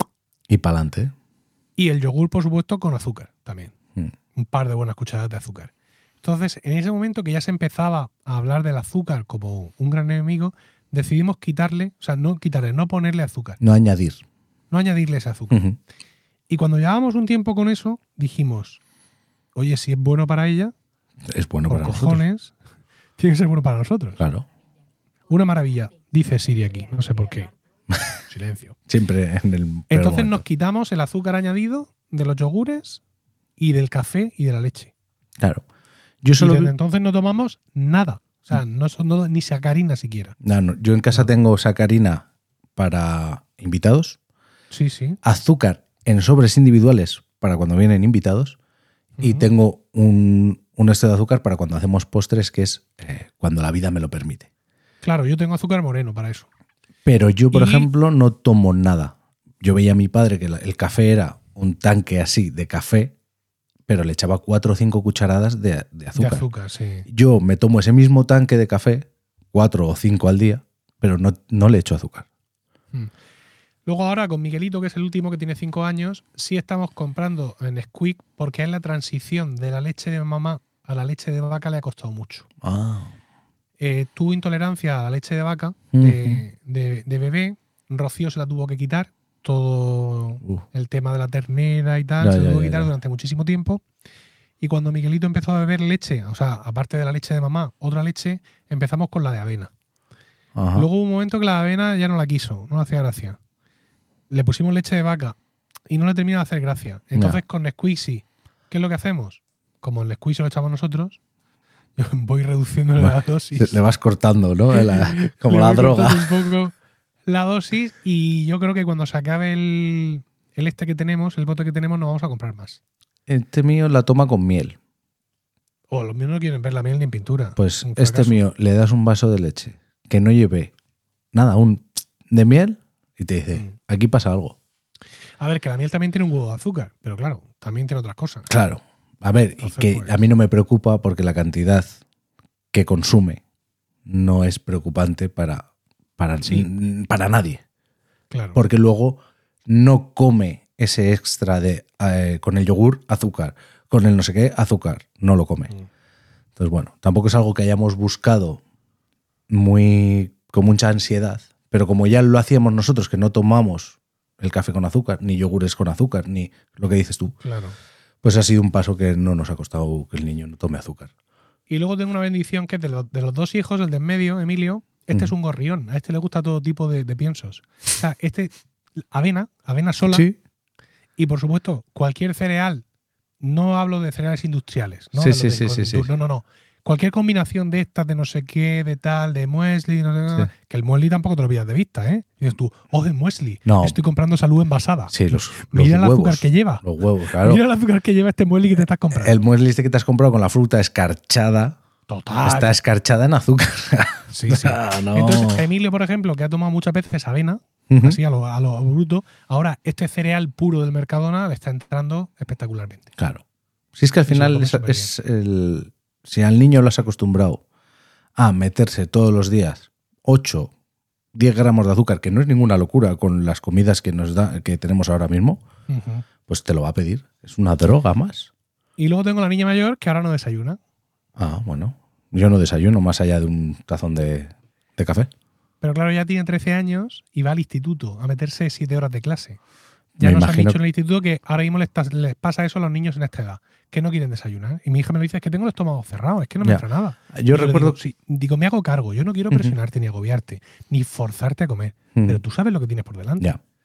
Y para adelante. Y el yogur, por supuesto, con azúcar también. Mm. Un par de buenas cucharadas de azúcar. Entonces, en ese momento que ya se empezaba a hablar del azúcar como un gran enemigo, decidimos quitarle, o sea, no quitarle, no ponerle azúcar. No añadir. No añadirle ese azúcar. Uh-huh. Y cuando llevábamos un tiempo con eso, dijimos, oye, si es bueno para ella, es bueno por para cojones, nosotros. Tiene que ser bueno para nosotros. Claro. Una maravilla, dice Siri aquí, no sé por qué. Silencio. Siempre en el... Entonces momento. Nos quitamos el azúcar añadido de los yogures y del café y de la leche. Claro. Yo solo... Y desde entonces no tomamos nada. O sea, no son no, ni sacarina siquiera. No, no. Yo en casa no. tengo sacarina para invitados. Sí, sí. Azúcar en sobres individuales para cuando vienen invitados. Uh-huh. Y tengo un, un este de azúcar para cuando hacemos postres, que es eh, cuando la vida me lo permite. Claro, yo tengo azúcar moreno para eso. Pero yo, por y... ejemplo, no tomo nada. Yo veía a mi padre que el café era un tanque así de café, pero le echaba cuatro o cinco cucharadas de, de azúcar. De azúcar, sí. Yo me tomo ese mismo tanque de café, cuatro o cinco al día, pero no, no le echo azúcar. Hmm. Luego ahora con Miguelito, que es el último que tiene cinco años, sí estamos comprando en Nesquik porque es la transición de la leche de mamá a la leche de vaca le ha costado mucho. Ah. Eh, tuvo intolerancia a la leche de vaca de, uh-huh. de, de bebé. Rocío se la tuvo que quitar. Todo uh. el tema de la ternera y tal ya, se la tuvo que quitar ya, ya. durante muchísimo tiempo. Y cuando Miguelito empezó a beber leche, o sea, aparte de la leche de mamá, otra leche, empezamos con la de avena. Uh-huh. Luego hubo un momento que la de avena ya no la quiso, no le hacía gracia. Le pusimos leche de vaca y no le termina de hacer gracia. Entonces no. con Nesquik sí. ¿Qué es lo que hacemos? Como el Nesquik se lo echamos nosotros, voy reduciendo bueno, la dosis. Le vas cortando, ¿no? La, como la droga. Un poco la dosis y yo creo que cuando se acabe el, el este que tenemos, el bote que tenemos, no vamos a comprar más. Este mío la toma con miel. O oh, los míos no quieren ver la miel ni en pintura. Pues este mío le das un vaso de leche que no lleve nada, un de miel y te dice, mm. aquí pasa algo. A ver, que la miel también tiene un huevo de azúcar, pero claro, también tiene otras cosas. Claro. A ver, Entonces, y que pues... a mí no me preocupa porque la cantidad que consume no es preocupante para, para, sí. para nadie. Claro. Porque luego no come ese extra de eh, con el yogur, azúcar, con el no sé qué, azúcar. No lo come. Mm. Entonces, bueno, tampoco es algo que hayamos buscado muy con mucha ansiedad, pero como ya lo hacíamos nosotros, que no tomamos el café con azúcar, ni yogures con azúcar, ni lo que dices tú. Claro. Pues ha sido un paso que no nos ha costado que el niño no tome azúcar. Y luego tengo una bendición que es de los, de los dos hijos, el de en medio, Emilio, este mm. es un gorrión. A este le gusta todo tipo de, de piensos. O sea, este, avena, avena sola. Sí. Y por supuesto, cualquier cereal, no hablo de cereales industriales. No, sí, de sí, de, sí, con, sí, sí. No, no, no. Cualquier combinación de estas, de no sé qué, de tal, de muesli, no sé sí. que el muesli tampoco te lo pillas de vista, ¿eh? Y dices tú, oh, de muesli, no. estoy comprando salud envasada. Sí, los, Mira los el huevos, azúcar que lleva. Los huevos, claro. Mira el azúcar que lleva este muesli que te estás comprando. El muesli este que te has comprado con la fruta escarchada. Total. Está escarchada en azúcar. Sí, sí. Ah, no. Entonces, Emilio, por ejemplo, que ha tomado muchas veces avena, uh-huh. así a lo, a lo bruto, ahora este cereal puro del Mercadona le está entrando espectacularmente. Claro. Si es que al final es, es el... Si al niño lo has acostumbrado a meterse todos los días ocho, diez gramos de azúcar, que no es ninguna locura con las comidas que nos da, que tenemos ahora mismo, uh-huh. pues te lo va a pedir. Es una droga más. Y luego tengo la niña mayor que ahora no desayuna. Ah, bueno. Yo no desayuno más allá de un tazón de, de café. Pero claro, ya tiene trece años y va al instituto a meterse siete horas de clase. Ya Me nos han dicho en el instituto que ahora mismo les, les pasa eso a los niños en esta edad, que no quieren desayunar. Y mi hija me lo dice, es que tengo el estómago cerrado, es que no me ya. entra nada. Yo recuerdo... Digo, sí, digo, me hago cargo, yo no quiero presionarte uh-huh. ni agobiarte, ni forzarte a comer, uh-huh. pero tú sabes lo que tienes por delante. Ya.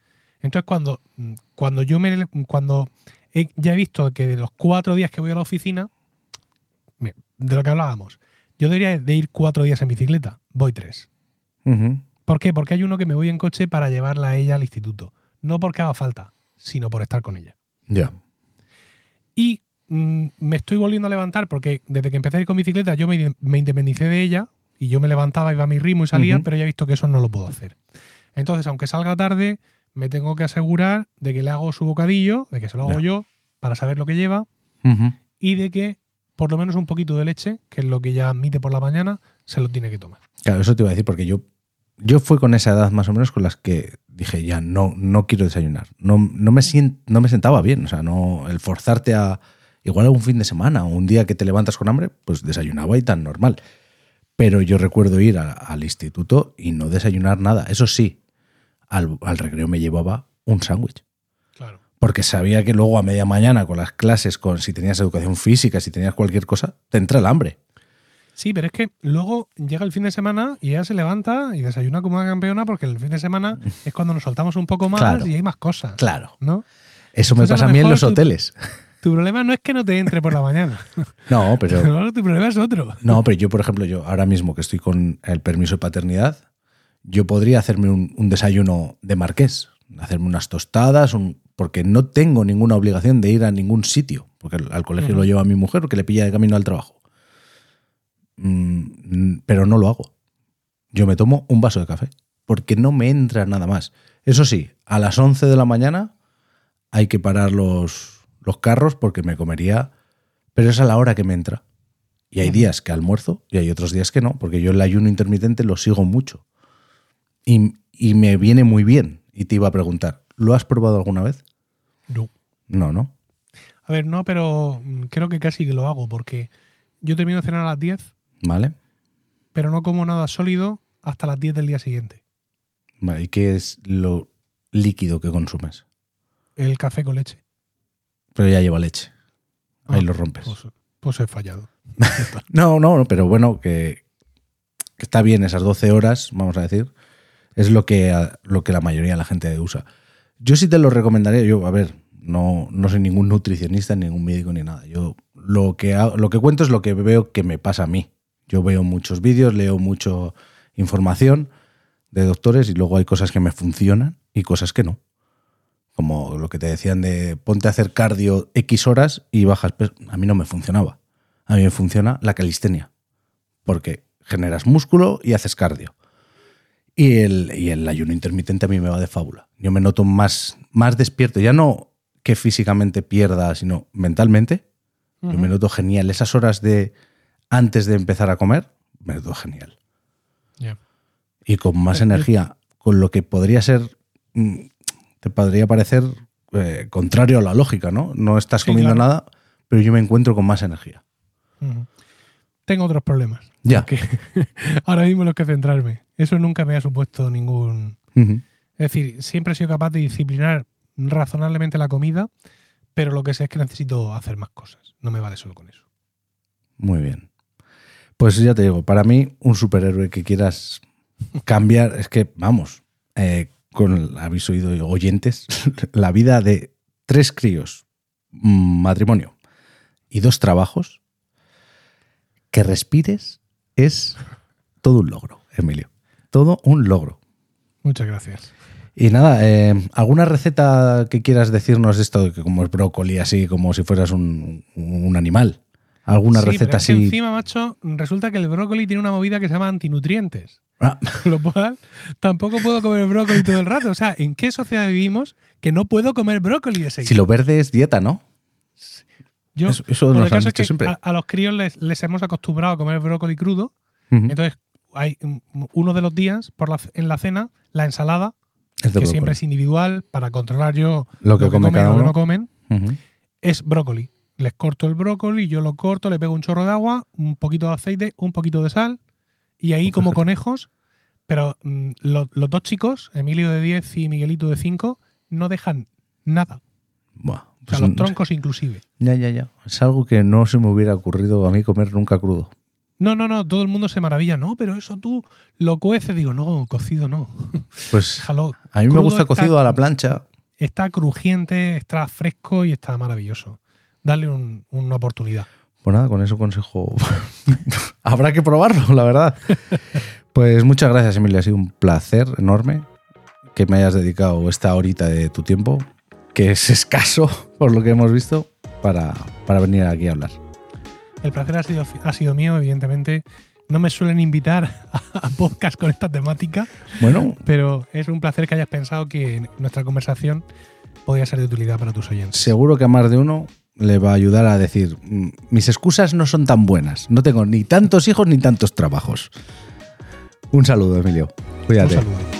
Entonces, cuando, cuando yo me cuando he, ya he visto que de los cuatro días que voy a la oficina, de lo que hablábamos, yo debería de ir cuatro días en bicicleta, voy tres. Uh-huh. ¿Por qué? Porque hay uno que me voy en coche para llevarla a ella al instituto. No porque haga falta, sino por estar con ella. Ya. Yeah. Y mmm, me estoy volviendo a levantar porque desde que empecé a ir con bicicleta yo me, me independicé de ella y yo me levantaba, iba a mi ritmo y salía, uh-huh. pero ya he visto que eso no lo puedo hacer. Entonces, aunque salga tarde, me tengo que asegurar de que le hago su bocadillo, de que se lo hago yeah. yo, para saber lo que lleva, uh-huh. y de que por lo menos un poquito de leche, que es lo que ella admite por la mañana, se lo tiene que tomar. Claro, eso te iba a decir, porque yo, yo fui con esa edad más o menos con las que dije, ya, no, no quiero desayunar. No, no, me sient, no me sentaba bien. O sea, no, el forzarte a, igual un fin de semana o un día que te levantas con hambre, pues desayunaba y tan normal. Pero yo recuerdo ir a, al instituto y no desayunar nada. Eso sí, al, al recreo me llevaba un sándwich. Claro. Porque sabía que luego a media mañana con las clases, con si tenías educación física, si tenías cualquier cosa, te entra el hambre. Sí, pero es que luego llega el fin de semana y ella se levanta y desayuna como una campeona porque el fin de semana es cuando nos soltamos un poco más claro, y hay más cosas. Claro. ¿No? Eso me Entonces, pasa a mí en los tu, hoteles. Tu problema no es que no te entre por la mañana. No, pero... No, tu problema es otro. No, pero yo, por ejemplo, yo ahora mismo que estoy con el permiso de paternidad, yo podría hacerme un, un desayuno de marqués, hacerme unas tostadas, un, porque no tengo ninguna obligación de ir a ningún sitio, porque al colegio uh-huh. lo lleva mi mujer, que le pilla de camino al trabajo. Mm, pero no lo hago. Yo me tomo un vaso de café, porque no me entra nada más. Eso sí, a las once de la mañana hay que parar los, los carros porque me comería, pero es a la hora que me entra. Y hay uh-huh. días que almuerzo y hay otros días que no, porque yo el ayuno intermitente lo sigo mucho. Y, y me viene muy bien. Y te iba a preguntar, ¿lo has probado alguna vez? No. No, ¿no? A ver, no, pero creo que casi que lo hago, porque yo termino de cenar a las diez. Vale. Pero no como nada sólido hasta las diez del día siguiente. Vale, ¿y qué es lo líquido que consumes? El café con leche. Pero ya lleva leche. Ahí ah, lo rompes. Pues, pues he fallado. no, no, pero bueno, que, que está bien esas doce horas, vamos a decir. Es lo que, lo que la mayoría de la gente usa. Yo sí te lo recomendaría. Yo, a ver, no, no soy ningún nutricionista, ningún médico, ni nada. Yo lo que, lo que cuento es lo que veo que me pasa a mí. Yo veo muchos vídeos, leo mucha información de doctores y luego hay cosas que me funcionan y cosas que no. Como lo que te decían de ponte a hacer cardio X horas y bajas peso. A mí no me funcionaba. A mí me funciona la calistenia. Porque generas músculo y haces cardio. Y el, y el ayuno intermitente a mí me va de fábula. Yo me noto más, más despierto. Ya no que físicamente pierda, sino mentalmente. Uh-huh. Yo me noto genial. Esas horas de antes de empezar a comer, me noto genial. Yeah. Y con más uh-huh. energía. Con lo que podría ser, te podría parecer eh, contrario a la lógica, ¿no? No estás sí, comiendo claro. nada, pero yo me encuentro con más energía. Uh-huh. Tengo otros problemas. Ya. Ahora mismo los que centrarme. Eso nunca me ha supuesto ningún... Uh-huh. Es decir, siempre he sido capaz de disciplinar razonablemente la comida, pero lo que sé es que necesito hacer más cosas. No me vale solo con eso. Muy bien. Pues ya te digo, para mí, un superhéroe que quieras cambiar, es que, vamos, eh, con habéis oído oyentes, la vida de tres críos, matrimonio y dos trabajos, que respires es todo un logro, Emilio. Todo un logro. Muchas gracias. Y nada, eh, ¿alguna receta que quieras decirnos de esto, de que como es brócoli, así como si fueras un, un animal? ¿Alguna sí, receta pero es así? Que encima, macho, resulta que el brócoli tiene una movida que se llama antinutrientes. Ah. Con lo cual, tampoco puedo comer brócoli todo el rato. O sea, ¿en qué sociedad vivimos que no puedo comer brócoli de seguida? Si lo verde es dieta, ¿no? Yo, eso eso nos lo han dicho es que siempre. A, a los críos les, les hemos acostumbrado a comer brócoli crudo. Uh-huh. Entonces, hay uno de los días por la, en la cena, la ensalada, que brócoli. Siempre es individual para controlar yo lo que, lo que come comen cada o lo uno. que no comen, uh-huh. es brócoli. Les corto el brócoli, yo lo corto, le pego un chorro de agua, un poquito de aceite, un poquito de sal, y ahí como conejos, pero mmm, los, los dos chicos, Emilio de diez y Miguelito de cinco, no dejan nada. Buah, o sea, pues los un, troncos inclusive. Ya, ya, ya. Es algo que no se me hubiera ocurrido a mí comer nunca crudo. No, no, no, todo el mundo se maravilla. No, pero eso tú lo cueces. Digo, no, cocido no. Pues Déjalo, a mí me gusta cocido a la plancha. está crujiente, está fresco y está maravilloso. Dale un, una oportunidad. Pues nada, con ese consejo habrá que probarlo, la verdad. Pues muchas gracias, Emilio. Ha sido un placer enorme que me hayas dedicado esta horita de tu tiempo, que es escaso por lo que hemos visto, para, para venir aquí a hablar. El placer ha sido, ha sido mío, evidentemente. No me suelen invitar a podcast con esta temática, bueno, pero es un placer que hayas pensado que nuestra conversación podría ser de utilidad para tus oyentes. Seguro que a más de uno le va a ayudar a decir, mis excusas no son tan buenas, no tengo ni tantos hijos ni tantos trabajos. Un saludo, Emilio. Cuídate. Un saludo.